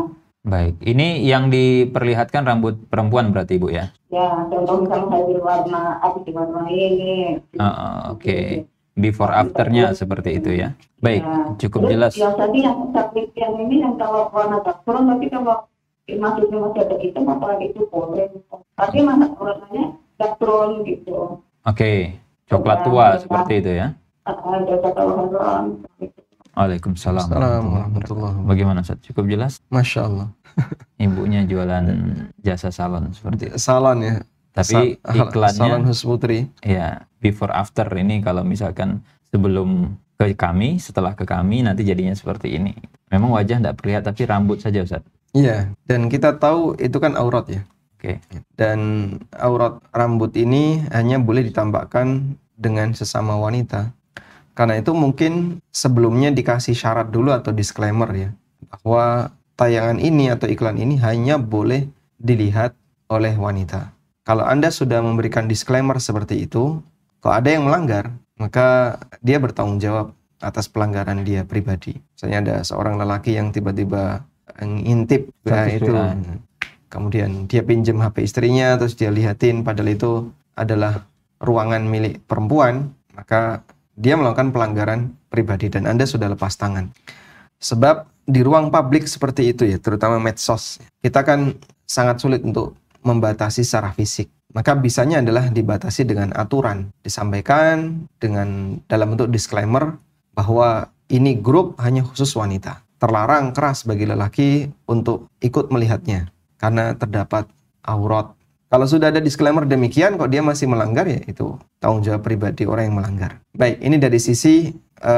Baik, ini yang diperlihatkan rambut perempuan berarti Ibu ya? Ya, contoh misalnya saya diwarna ini. Oke. Before afternya seperti itu ya. Baik, cukup Terus jelas. yang tadi yang ini yang kalau warna saffron, tapi kalau maksudnya masih ada hitam apalagi itu boleh. Tapi warnanya saffron gitu. Oke, coklat tua seperti itu ya. Ada saffron. Waalaikumsalam warahmatullahi wabarakatuh. Bagaimana Ustaz? Cukup jelas? Masya Allah. Ibunya jualan jasa salon seperti itu. Salon ya. Tapi iklannya Salon Husnuputri. ya before after ini kalau misalkan sebelum ke kami, setelah ke kami nanti jadinya seperti ini. Memang wajah tidak terlihat tapi rambut saja Ustaz. Iya, dan kita tahu itu kan aurat ya. Oke. Dan aurat rambut ini hanya boleh ditampakkan dengan sesama wanita. Karena itu mungkin sebelumnya dikasih syarat dulu atau disclaimer ya, bahwa tayangan ini atau iklan ini hanya boleh dilihat oleh wanita. Kalau Anda sudah memberikan disclaimer seperti itu, kalau ada yang melanggar, maka dia bertanggung jawab atas pelanggaran dia pribadi. Misalnya ada seorang lelaki yang tiba-tiba ngintip itu, kemudian dia pinjam HP istrinya, terus dia lihatin padahal itu adalah ruangan milik perempuan, maka dia melakukan pelanggaran pribadi dan Anda sudah lepas tangan. Sebab di ruang publik seperti itu ya, terutama medsos, kita kan sangat sulit untuk membatasi secara fisik. Maka bisanya adalah dibatasi dengan aturan, disampaikan dengan dalam bentuk disclaimer bahwa ini grup hanya khusus wanita. Terlarang keras bagi lelaki untuk ikut melihatnya karena terdapat aurat. Kalau sudah ada disclaimer demikian, kok dia masih melanggar, ya itu tanggung jawab pribadi orang yang melanggar. Baik, ini dari sisi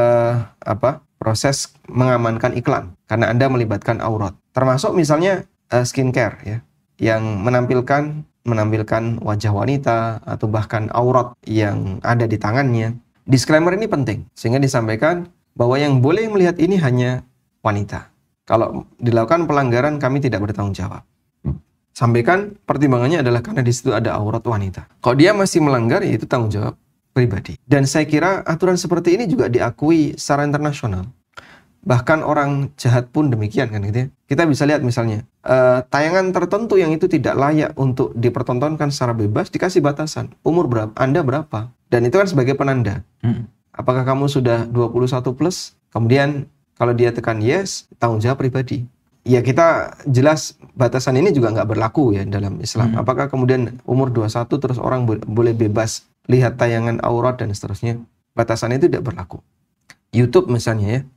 proses mengamankan iklan karena Anda melibatkan aurat. Termasuk misalnya skincare ya, yang menampilkan wajah wanita atau bahkan aurat yang ada di tangannya. Disclaimer ini penting sehingga disampaikan bahwa yang boleh melihat ini hanya wanita. Kalau dilakukan pelanggaran, kami tidak bertanggung jawab. Sampaikan pertimbangannya adalah karena di situ ada aurat wanita. Kalau dia masih melanggar, ya itu tanggung jawab pribadi. Dan saya kira aturan seperti ini juga diakui secara internasional. Bahkan orang jahat pun demikian kan gitu ya. Kita bisa lihat misalnya tayangan tertentu yang itu tidak layak untuk dipertontonkan secara bebas dikasih batasan. Umur berapa? Anda berapa? Dan itu kan sebagai penanda. Apakah kamu sudah 21 plus? Kemudian kalau dia tekan yes, tanggung jawab pribadi. Ya kita jelas batasan ini juga nggak berlaku ya dalam Islam. Apakah kemudian umur 21 terus orang boleh bebas lihat tayangan aurat dan seterusnya? Batasan itu tidak berlaku. YouTube misalnya ya,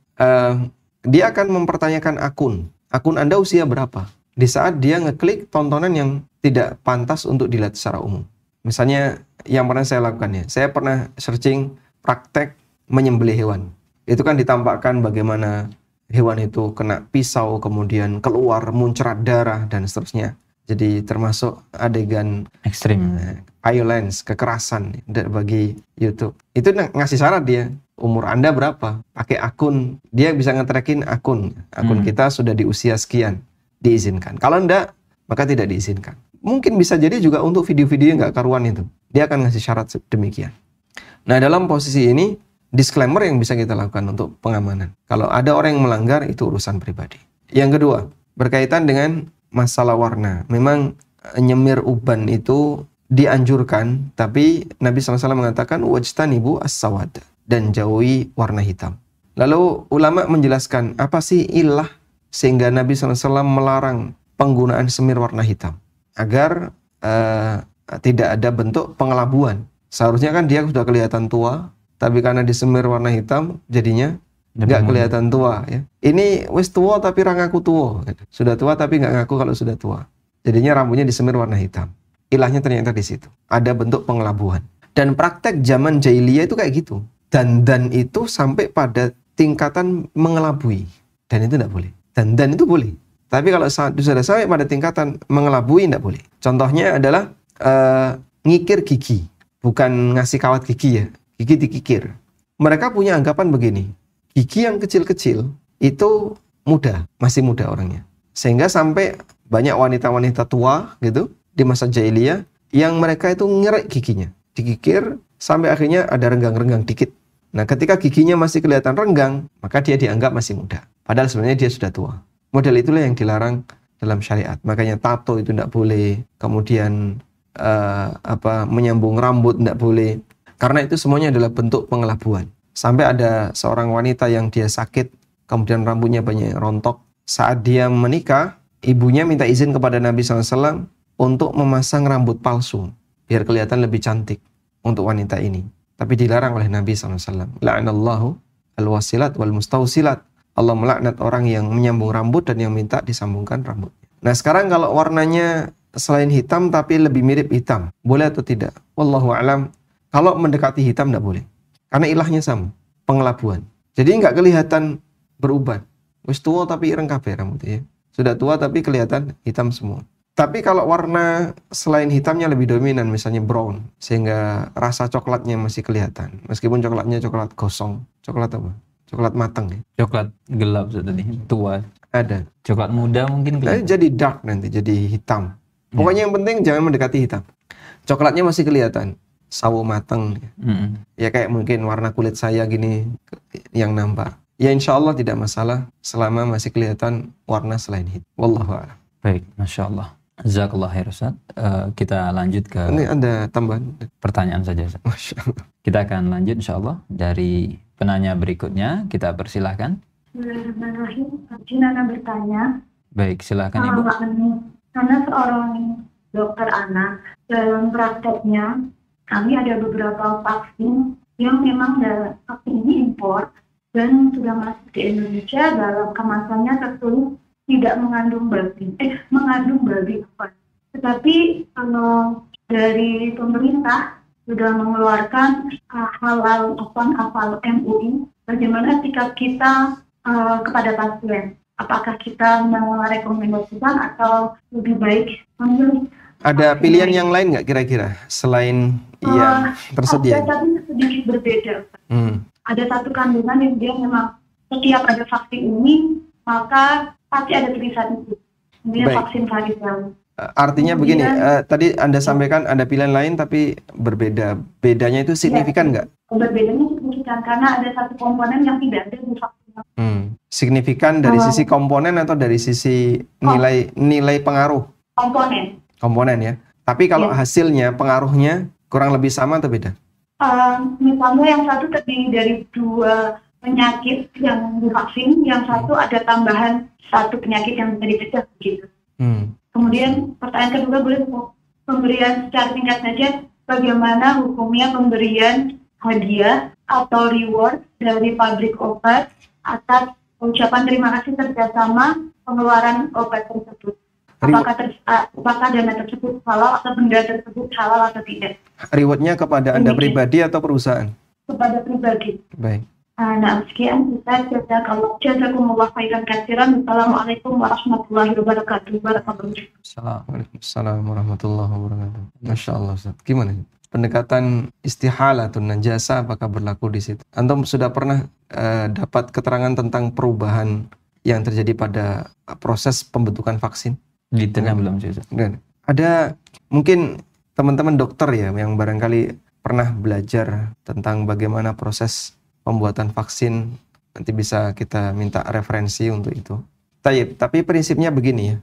dia akan mempertanyakan akun Anda usia berapa? Di saat dia ngeklik tontonan yang tidak pantas untuk dilihat secara umum. Misalnya yang pernah saya lakukan ya, saya pernah searching praktek menyembelih hewan. Itu kan ditampakkan bagaimana hewan itu kena pisau, kemudian keluar muncrat darah dan seterusnya. Jadi termasuk adegan ekstrim, violence, kekerasan bagi YouTube. Itu ngasih syarat dia, umur Anda berapa? Pakai akun, dia bisa nge-tracking akun kita sudah di usia sekian, diizinkan. Kalau enggak, maka tidak diizinkan. Mungkin bisa jadi juga untuk video-video yang nggak karuan itu, dia akan ngasih syarat demikian. Nah dalam posisi ini, disclaimer yang bisa kita lakukan untuk pengamanan. Kalau ada orang yang melanggar, itu urusan pribadi. Yang kedua, berkaitan dengan masalah warna. Memang nyemir uban itu dianjurkan, tapi Nabi SAW mengatakan wajtanibu as-sawad, dan jauhi warna hitam. Lalu ulama menjelaskan apa sih ilah sehingga Nabi SAW melarang penggunaan semir warna hitam agar tidak ada bentuk pengelabuan. Seharusnya kan dia sudah kelihatan tua, tapi karena disemir warna hitam, jadinya nggak kelihatan tua. Ya. Ini wis tua tapi ra ngaku tua. Sudah tua tapi nggak ngaku kalau sudah tua. Jadinya rambutnya disemir warna hitam. Ilahnya ternyata di situ. Ada bentuk pengelabuan. Dan praktek zaman jahiliyah itu kayak gitu. Dan itu sampai pada tingkatan mengelabui. Dan itu nggak boleh. Dan itu boleh. Tapi kalau sudah sampai pada tingkatan mengelabui, nggak boleh. Contohnya adalah ngikir gigi. Bukan ngasih kawat gigi ya. Gigi dikikir. Mereka punya anggapan begini, gigi yang kecil-kecil itu muda, masih muda orangnya. Sehingga sampai banyak wanita-wanita tua gitu di masa jahiliyah yang mereka itu ngerek giginya, dikikir sampai akhirnya ada renggang-renggang dikit. Nah, ketika giginya masih kelihatan renggang, maka dia dianggap masih muda. Padahal sebenarnya dia sudah tua. Model itulah yang dilarang dalam syariat. Makanya tato itu tidak boleh, kemudian menyambung rambut tidak boleh, karena itu semuanya adalah bentuk pengelabuan. Sampai ada seorang wanita yang dia sakit, kemudian rambutnya banyak rontok. Saat dia menikah, ibunya minta izin kepada Nabi SAW untuk memasang rambut palsu biar kelihatan lebih cantik untuk wanita ini. Tapi dilarang oleh Nabi SAW. La'anallahu al-wasilat wal mustausilat. Allah melaknat orang yang menyambung rambut dan yang minta disambungkan rambutnya. Nah sekarang kalau warnanya selain hitam tapi lebih mirip hitam, boleh atau tidak? Wallahu a'lam. Kalau mendekati hitam tidak boleh, karena ilahnya sama, pengelabuan. Jadi nggak kelihatan beruban. Wis tua tapi ireng kabeh rambutnya. Sudah tua tapi kelihatan hitam semua. Tapi kalau warna selain hitamnya lebih dominan, misalnya brown, sehingga rasa coklatnya masih kelihatan. Meskipun coklatnya coklat gosong. Coklat apa? Coklat matang ya. Coklat gelap tadi, tua. Ada. Coklat muda mungkin kelihatan. Jadi dark nanti, jadi hitam. Pokoknya yang penting jangan mendekati hitam. Coklatnya masih kelihatan, sawo matang. Ya kayak mungkin warna kulit saya gini yang nampak. Ya insya Allah tidak masalah selama masih kelihatan warna selain hitam. Wallahu a'lam. Baik, Masya Allah. Jazakallah khair Ustaz. Kita lanjut ke... Ini ada tambahan? Pertanyaan saja Ustaz. Masya Allah. Kita akan lanjut insya Allah dari penanya berikutnya. Kita persilahkan. Bismillahirrahmanirrahim. Nana bertanya. Baik, silahkan Ibu. Karena seorang dokter anak, dalam prakteknya kami ada beberapa vaksin yang memang vaksin ini impor dan sudah masuk di Indonesia, dalam kemasannya tertulis tidak mengandung babi apa. Tetapi kalau dari pemerintah sudah mengeluarkan halal MUI, bagaimana sikap kita kepada pasien? Apakah kita merekomendasikan atau lebih baik memilih? Ada pilihan yang lain nggak kira-kira selain yang tersedia? Ada, tapi sedikit berbeda. Ada satu kandungan yang dia memang setiap ada vaksin ini maka pasti ada tulisan itu. Dia vaksin varicella. Artinya begini, tadi Anda sampaikan ada pilihan lain tapi berbeda. Bedanya itu signifikan nggak? Berbedanya signifikan karena ada satu komponen yang tidak ada di vaksin. Signifikan dari sisi komponen atau dari sisi nilai pengaruh? Komponen ya. Tapi kalau hasilnya, pengaruhnya kurang lebih sama atau beda? Misalnya yang satu terdiri dari 2 penyakit yang divaksin, yang satu ada tambahan 1 penyakit yang bisa dicegah begitu. Kemudian pertanyaan kedua, boleh pemberian secara singkat saja, bagaimana hukumnya pemberian hadiah atau reward dari pabrik obat atas ucapan terima kasih kerjasama pengeluaran obat tersebut? Apakah dana tersebut halal atau benda tersebut halal atau tidak? Rewardnya kepada Anda pribadi atau perusahaan? Kepada pribadi. Baik. Nah, sekian kita jazakumullah khairan katsiran. Assalamualaikum warahmatullahi wabarakatuh. Assalamualaikum warahmatullahi wabarakatuh. Masya Allah Ustaz. Gimana? Pendekatan istihalatun najasa apakah berlaku di situ? Antum sudah pernah dapat keterangan tentang perubahan yang terjadi pada proses pembentukan vaksin? Detailnya belum sih. Ada mungkin teman-teman dokter ya yang barangkali pernah belajar tentang bagaimana proses pembuatan vaksin, nanti bisa kita minta referensi untuk itu. Tapi prinsipnya begini ya.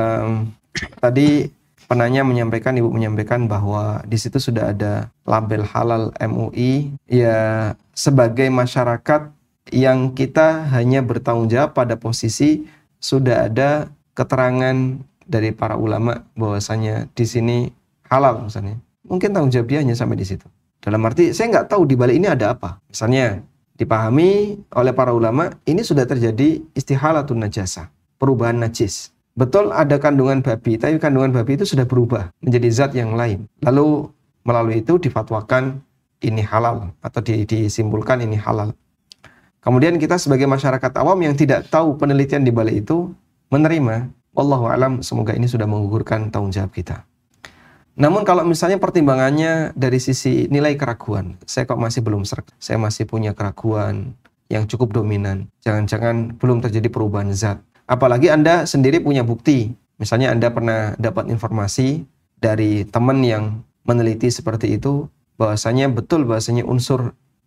Tadi penanya ibu menyampaikan bahwa di situ sudah ada label halal MUI ya, sebagai masyarakat yang kita hanya bertanggung jawab pada posisi sudah ada keterangan dari para ulama bahwasanya di sini halal misalnya. Mungkin tanggung jawab dia hanya sampai di situ. Dalam arti saya nggak tahu di balik ini ada apa. Misalnya dipahami oleh para ulama ini sudah terjadi istihalatun najasa, perubahan najis. Betul ada kandungan babi, tapi kandungan babi itu sudah berubah menjadi zat yang lain. Lalu melalui itu difatwakan ini halal atau disimpulkan ini halal. Kemudian kita sebagai masyarakat awam yang tidak tahu penelitian di balik itu menerima. Wallahu a'lam, semoga ini sudah menggugurkan tanggung jawab kita. Namun kalau misalnya pertimbangannya dari sisi nilai keraguan, saya kok masih belum serg, saya masih punya keraguan yang cukup dominan. Jangan-jangan belum terjadi perubahan zat. Apalagi Anda sendiri punya bukti. Misalnya Anda pernah dapat informasi dari teman yang meneliti seperti itu, bahwasanya betul bahwasanya unsur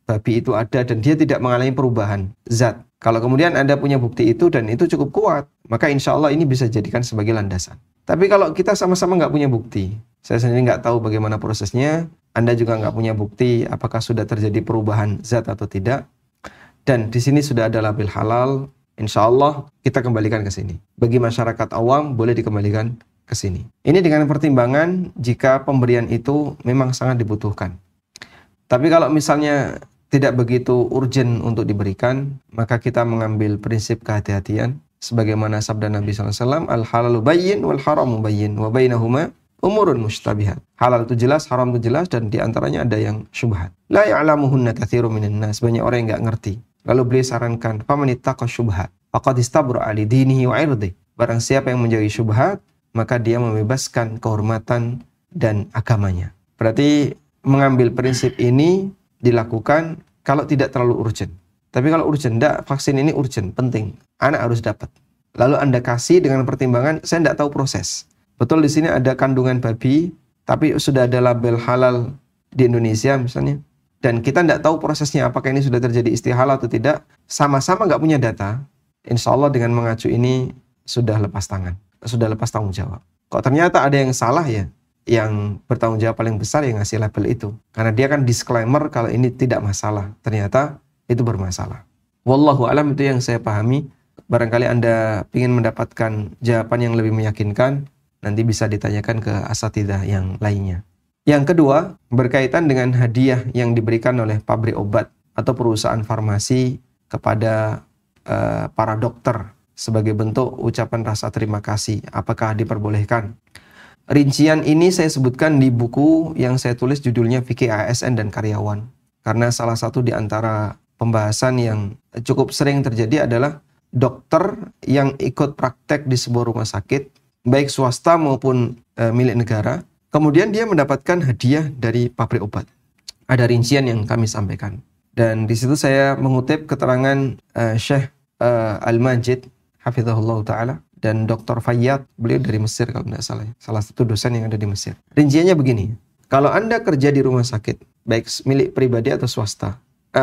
babi itu ada dan dia tidak mengalami perubahan zat. Kalau kemudian Anda punya bukti itu dan itu cukup kuat, maka insya Allah ini bisa jadikan sebagai landasan. Tapi kalau kita sama-sama nggak punya bukti, saya sendiri nggak tahu bagaimana prosesnya, Anda juga nggak punya bukti apakah sudah terjadi perubahan zat atau tidak, dan di sini sudah ada label halal, insya Allah kita kembalikan ke sini. Bagi masyarakat awam boleh dikembalikan ke sini. Ini dengan pertimbangan jika pemberian itu memang sangat dibutuhkan. Tapi kalau misalnya tidak begitu urgent untuk diberikan, maka kita mengambil prinsip kehati-hatian sebagaimana sabda Nabi SAW, al-halalu bayyin wal haramu bayyin wa bainahuma umurun mushtabihat. Halal itu jelas, haram itu jelas, dan diantaranya ada yang syubhat. La ya'lamuhunna katsirun minan nas, banyak orang yang nggak ngerti. Lalu beliau sarankan, faman ittaqa syubhat faqad istabra'a li dinihi wa 'irdihi. Barang siapa yang menjauhi syubhat, maka dia membebaskan kehormatan dan agamanya. Berarti mengambil prinsip ini dilakukan kalau tidak terlalu urgent. Tapi kalau urgent, enggak, vaksin ini urgent, penting. Anak harus dapat. Lalu Anda kasih dengan pertimbangan, saya enggak tahu proses. Betul di sini ada kandungan babi, tapi sudah ada label halal di Indonesia misalnya. Dan kita enggak tahu prosesnya, apakah ini sudah terjadi istihalal atau tidak. Sama-sama enggak punya data. Insya Allah dengan mengacu ini sudah lepas tangan. Sudah lepas tanggung jawab. Kok ternyata ada yang salah ya? Yang bertanggung jawab paling besar yang ngasih label itu. Karena dia kan disclaimer kalau ini tidak masalah. Ternyata itu bermasalah. Wallahu alam, itu yang saya pahami. Barangkali Anda ingin mendapatkan jawaban yang lebih meyakinkan, nanti bisa ditanyakan ke asatidzah yang lainnya. Yang kedua, berkaitan dengan hadiah yang diberikan oleh pabrik obat atau perusahaan farmasi kepada para dokter sebagai bentuk ucapan rasa terima kasih. Apakah diperbolehkan? Rincian ini saya sebutkan di buku yang saya tulis judulnya Fikih ASN dan Karyawan. Karena salah satu di antara pembahasan yang cukup sering terjadi adalah dokter yang ikut praktek di sebuah rumah sakit, baik swasta maupun milik negara. Kemudian dia mendapatkan hadiah dari pabrik obat. Ada rincian yang kami sampaikan. Dan di situ saya mengutip keterangan Syekh Al-Majid, hafizahullah ta'ala, dan Dr. Fayyad, beliau dari Mesir kalau tidak salah. Salah satu dosen yang ada di Mesir. Rinciannya begini, kalau Anda kerja di rumah sakit, baik milik pribadi atau swasta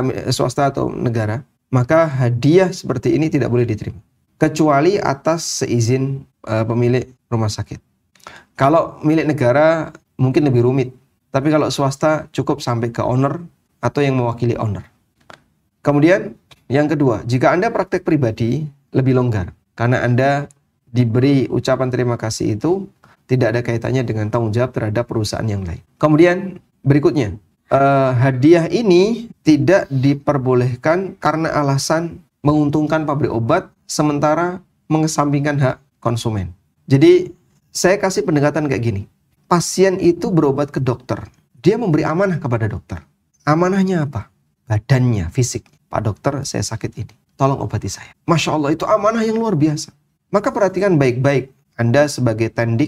atau negara, maka hadiah seperti ini tidak boleh diterima. Kecuali atas seizin pemilik rumah sakit. Kalau milik negara mungkin lebih rumit. Tapi kalau swasta cukup sampai ke owner atau yang mewakili owner. Kemudian yang kedua, jika Anda praktek pribadi lebih longgar. Karena Anda diberi ucapan terima kasih itu tidak ada kaitannya dengan tanggung jawab terhadap perusahaan yang lain. Kemudian berikutnya, hadiah ini tidak diperbolehkan karena alasan menguntungkan pabrik obat sementara mengesampingkan hak konsumen. Jadi saya kasih pendekatan kayak gini. Pasien itu berobat ke dokter. Dia memberi amanah kepada dokter. Amanahnya apa? Badannya, fisik. Pak dokter, saya sakit ini. Tolong obati saya. Masya Allah, itu amanah yang luar biasa. Maka perhatikan baik-baik. Anda sebagai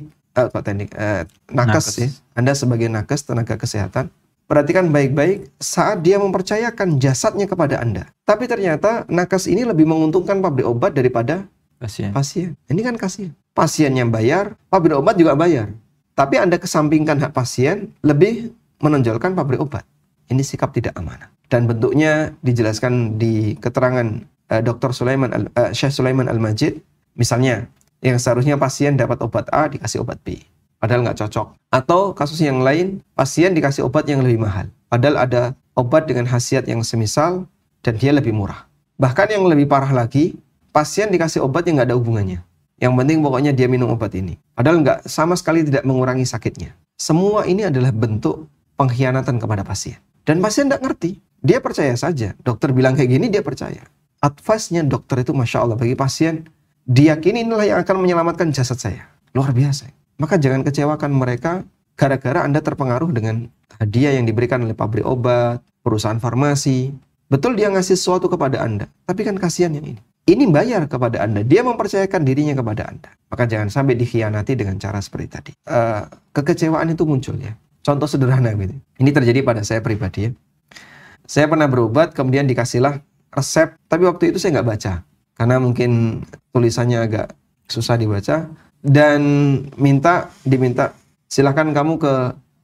nakes ya. Anda sebagai nakes, tenaga kesehatan. Perhatikan baik-baik saat dia mempercayakan jasadnya kepada Anda. Tapi ternyata nakes ini lebih menguntungkan pabrik obat daripada pasien. Ini kan kasihan. Pasiennya bayar, pabrik obat juga bayar. Tapi Anda kesampingkan hak pasien, lebih menonjolkan pabrik obat. Ini sikap tidak amanah. Dan bentuknya dijelaskan di keterangan Dr. Syekh Sulaiman Al-Majid. Misalnya, yang seharusnya pasien dapat obat A dikasih obat B. Padahal nggak cocok. Atau kasus yang lain, pasien dikasih obat yang lebih mahal. Padahal ada obat dengan khasiat yang semisal dan dia lebih murah. Bahkan yang lebih parah lagi, pasien dikasih obat yang nggak ada hubungannya. Yang penting pokoknya dia minum obat ini. Padahal nggak sama sekali tidak mengurangi sakitnya. Semua ini adalah bentuk pengkhianatan kepada pasien. Dan pasien nggak ngerti. Dia percaya saja. Dokter bilang kayak gini, dia percaya. Advice-nya dokter itu Masya Allah bagi pasien, diyakini inilah yang akan menyelamatkan jasad saya. Luar biasa. Maka jangan kecewakan mereka gara-gara Anda terpengaruh dengan hadiah yang diberikan oleh pabrik obat, perusahaan farmasi. Betul dia ngasih sesuatu kepada Anda, tapi kan kasihan yang ini. Ini bayar kepada Anda, dia mempercayakan dirinya kepada Anda. Maka jangan sampai dikhianati dengan cara seperti tadi. Kekecewaan itu muncul ya. Contoh sederhana gitu. Ini terjadi pada saya pribadi ya. Saya pernah berobat, kemudian dikasihlah resep, tapi waktu itu saya nggak baca. Karena mungkin tulisannya agak susah dibaca. Dan diminta, silahkan kamu ke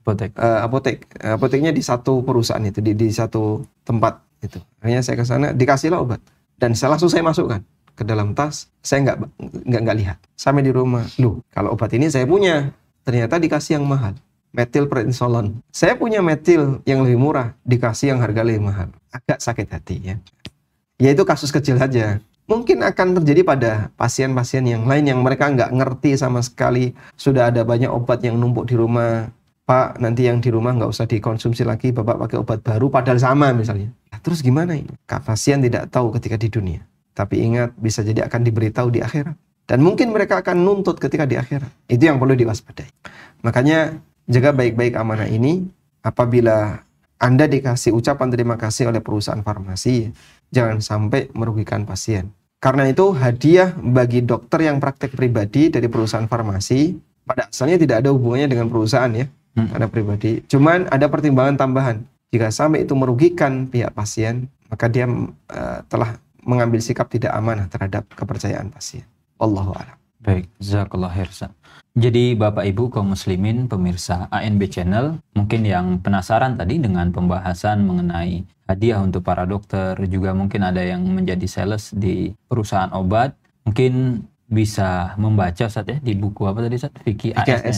Apoteknya di satu perusahaan itu, di satu tempat itu. Akhirnya saya ke sana, dikasihlah obat. Dan langsung saya masukkan ke dalam tas. Saya nggak lihat. Sampai di rumah, kalau obat ini saya punya. Ternyata dikasih yang mahal. Methylprednisolone. Saya punya metil yang lebih murah, dikasih yang harga lebih mahal. Agak sakit hati ya. Ya itu kasus kecil saja. Mungkin akan terjadi pada pasien-pasien yang lain yang mereka nggak ngerti sama sekali. Sudah ada banyak obat yang numpuk di rumah. Pak, nanti yang di rumah nggak usah dikonsumsi lagi, Bapak pakai obat baru, padahal sama misalnya. Nah, terus gimana ini? Pasien tidak tahu ketika di dunia. Tapi ingat, bisa jadi akan diberitahu di akhirat. Dan mungkin mereka akan nuntut ketika di akhirat. Itu yang perlu diwaspadai. Makanya, jaga baik-baik amanah ini. Apabila Anda dikasih ucapan terima kasih oleh perusahaan farmasi, jangan sampai merugikan pasien. Karena itu hadiah bagi dokter yang praktek pribadi dari perusahaan farmasi, pada asalnya tidak ada hubungannya dengan perusahaan ya, karena pribadi. Cuman ada pertimbangan tambahan. Jika sampai itu merugikan pihak pasien, maka dia telah mengambil sikap tidak amanah terhadap kepercayaan pasien. Wallahu a'lam. Baik, jazakallah khair. Jadi Bapak Ibu kaum muslimin pemirsa ANB Channel, mungkin yang penasaran tadi dengan pembahasan mengenai hadiah untuk para dokter, juga mungkin ada yang menjadi sales di perusahaan obat, mungkin bisa membaca Ustaz ya di buku apa tadi Ustaz? Fikih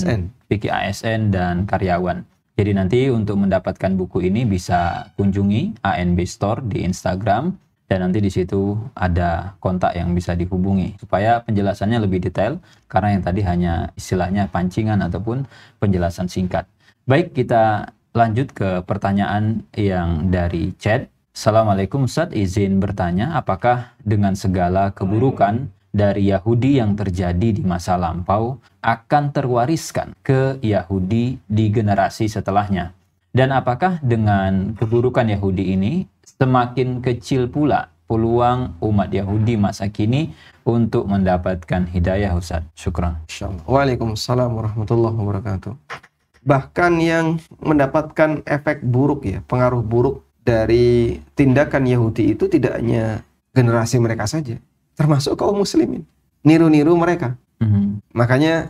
ASN dan Karyawan. Jadi nanti untuk mendapatkan buku ini bisa kunjungi ANB Store di Instagram. Dan nanti di situ ada kontak yang bisa dihubungi supaya penjelasannya lebih detail, karena yang tadi hanya istilahnya pancingan ataupun penjelasan singkat. Baik, kita lanjut ke pertanyaan yang dari chat. Assalamualaikum Ustaz, izin bertanya, apakah dengan segala keburukan dari Yahudi yang terjadi di masa lampau akan terwariskan ke Yahudi di generasi setelahnya? Dan apakah dengan keburukan Yahudi ini semakin kecil pula peluang umat Yahudi masa kini untuk mendapatkan hidayah Ustaz? Syukran. Insyaallah. Waalaikumsalam warahmatullahi wabarakatuh. Bahkan yang mendapatkan efek buruk ya, pengaruh buruk dari tindakan Yahudi itu tidak hanya generasi mereka saja, termasuk kaum muslimin. Niru-niru mereka. Makanya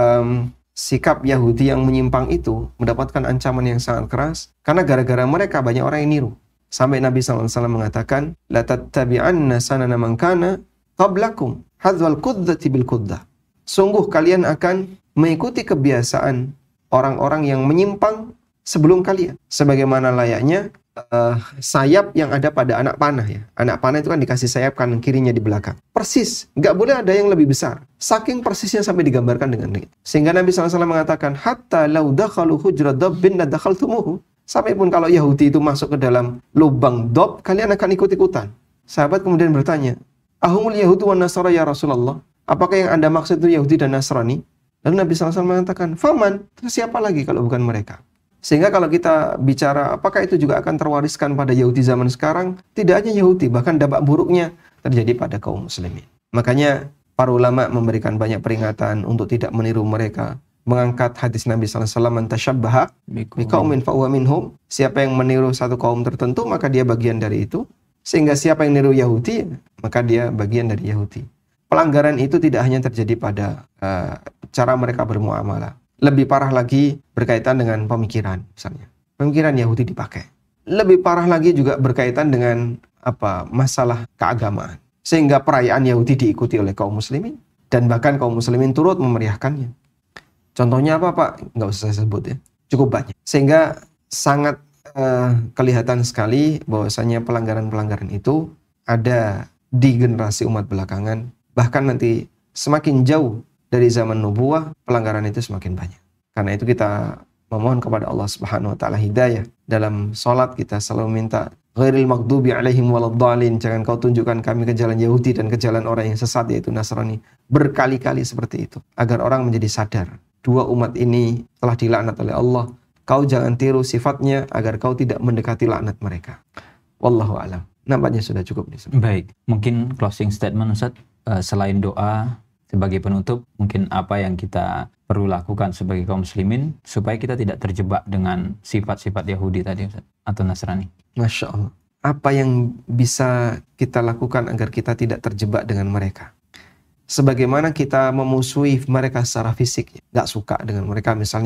sikap Yahudi yang menyimpang itu mendapatkan ancaman yang sangat keras karena gara-gara mereka banyak orang yang niru. Sampai Nabi SAW mengatakan, la tattabi'anna sanana man kana qablakum hadzal qudzati bil quddah. Sungguh kalian akan mengikuti kebiasaan orang-orang yang menyimpang sebelum kalian, sebagaimana layaknya sayap yang ada pada anak panah ya. Anak panah itu kan dikasih sayap kanan kirinya di belakang. Persis, nggak boleh ada yang lebih besar. Saking persisnya sampai digambarkan dengan itu. Sehingga Nabi SAW mengatakan, hatta law dakhalu hujra dabbin la dakhaltumuhu. Sampai pun kalau Yahudi itu masuk ke dalam lubang dob, kalian akan ikut-ikutan. Sahabat kemudian bertanya, ahumul Yahudu wan Nasara ya Rasulullah? Apakah yang Anda maksud itu Yahudi dan Nasrani? Lalu Nabi SAW mengatakan, faman, terus siapa lagi kalau bukan mereka? Sehingga kalau kita bicara apakah itu juga akan terwariskan pada Yahudi zaman sekarang, tidak hanya Yahudi, bahkan dampak buruknya terjadi pada kaum muslimin. Makanya para ulama memberikan banyak peringatan untuk tidak meniru mereka, mengangkat hadis Nabi SAW, man tasyabbaha biqaumin fahuwa minhum. Siapa yang meniru satu kaum tertentu, maka dia bagian dari itu. Sehingga siapa yang meniru Yahudi, maka dia bagian dari Yahudi. Pelanggaran itu tidak hanya terjadi pada cara mereka bermuamalah. Lebih parah lagi berkaitan dengan pemikiran misalnya. Pemikiran Yahudi dipakai. Lebih parah lagi juga berkaitan dengan masalah keagamaan. Sehingga perayaan Yahudi diikuti oleh kaum muslimin. Dan bahkan kaum muslimin turut memeriahkannya. Contohnya apa Pak? Nggak usah saya sebut ya. Cukup banyak. Sehingga sangat kelihatan sekali bahwasanya pelanggaran-pelanggaran itu ada di generasi umat belakangan. Bahkan nanti semakin jauh dari zaman nubuwah, pelanggaran itu semakin banyak. Karena itu kita memohon kepada Allah Subhanahu wa taala hidayah. Dalam salat kita selalu minta ghairil maghdubi alaihim waladdallin, jangan kau tunjukkan kami ke jalan Yahudi dan ke jalan orang yang sesat yaitu Nasrani. Berkali-kali seperti itu agar orang menjadi sadar, dua umat ini telah dilaknat oleh Allah. Kau jangan tiru sifatnya agar kau tidak mendekati laknat mereka. Wallahu a'lam. Nampaknya sudah cukup di sini. Baik, mungkin closing statement Ustaz, selain doa sebagai penutup, mungkin apa yang kita perlu lakukan sebagai kaum muslimin supaya kita tidak terjebak dengan sifat-sifat Yahudi tadi Ustaz, atau Nasrani? Masya Allah. Apa yang bisa kita lakukan agar kita tidak terjebak dengan mereka? Sebagaimana kita memusuhi mereka secara fisik, gak suka dengan mereka, misalnya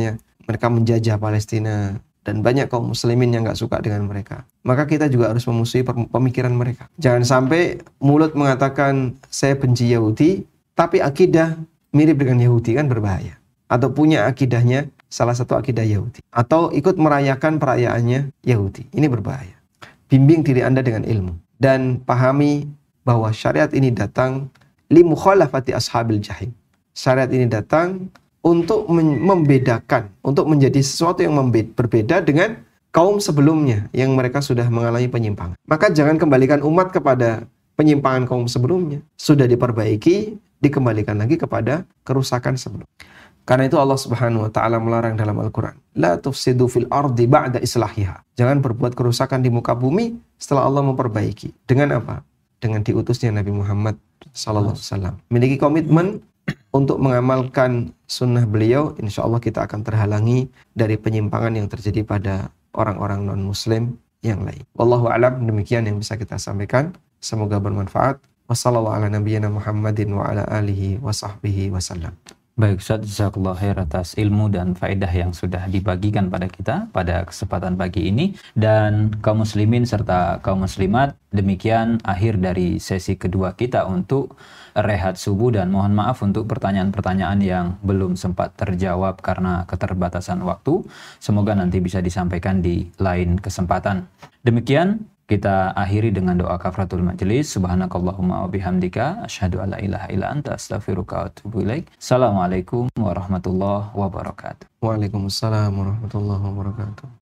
mereka menjajah Palestina, dan banyak kaum muslimin yang gak suka dengan mereka. Maka kita juga harus memusuhi pemikiran mereka. Jangan sampai mulut mengatakan saya benci Yahudi, tapi akidah mirip dengan Yahudi, kan berbahaya. Atau punya akidahnya salah satu akidah Yahudi. Atau ikut merayakan perayaannya Yahudi. Ini berbahaya. Bimbing diri Anda dengan ilmu. Dan pahami bahwa syariat ini datang li mukhalafati ashabil jahim. Syariat ini datang untuk membedakan, untuk menjadi sesuatu yang berbeda dengan kaum sebelumnya yang mereka sudah mengalami penyimpangan. Maka jangan kembalikan umat kepada penyimpangan kaum sebelumnya. Sudah diperbaiki, dikembalikan lagi kepada kerusakan sebelum. Karena itu Allah Subhanahu wa taala melarang dalam Al-Qur'an, la tufsidu fil ardi ba'da islahiha. Jangan berbuat kerusakan di muka bumi setelah Allah memperbaiki. Dengan apa? Dengan diutusnya Nabi Muhammad sallallahu alaihi wasallam. Memiliki komitmen untuk mengamalkan sunnah beliau, insya Allah kita akan terhalangi dari penyimpangan yang terjadi pada orang-orang non-muslim yang lain. Wallahu a'lam, demikian yang bisa kita sampaikan. Semoga bermanfaat. Wassallallahu ala nabiyyina Muhammadin wa ala alihi wa sahbihi wasallam. Baik Ustaz, jazakallah khair atas ilmu dan faedah yang sudah dibagikan pada kita pada kesempatan pagi ini. Dan kaum muslimin serta kaum muslimat, demikian akhir dari sesi kedua kita untuk rehat subuh, dan mohon maaf untuk pertanyaan-pertanyaan yang belum sempat terjawab karena keterbatasan waktu. Semoga nanti bisa disampaikan di lain kesempatan. Demikian kita akhiri dengan doa kafaratul majelis. Subhanakallahumma wa bihamdika asyhadu alla ilaha illa anta astaghfiruka wa atubu ilaik. Assalamualaikum warahmatullahi wabarakatuh. Waalaikumsalam warahmatullahi wabarakatuh.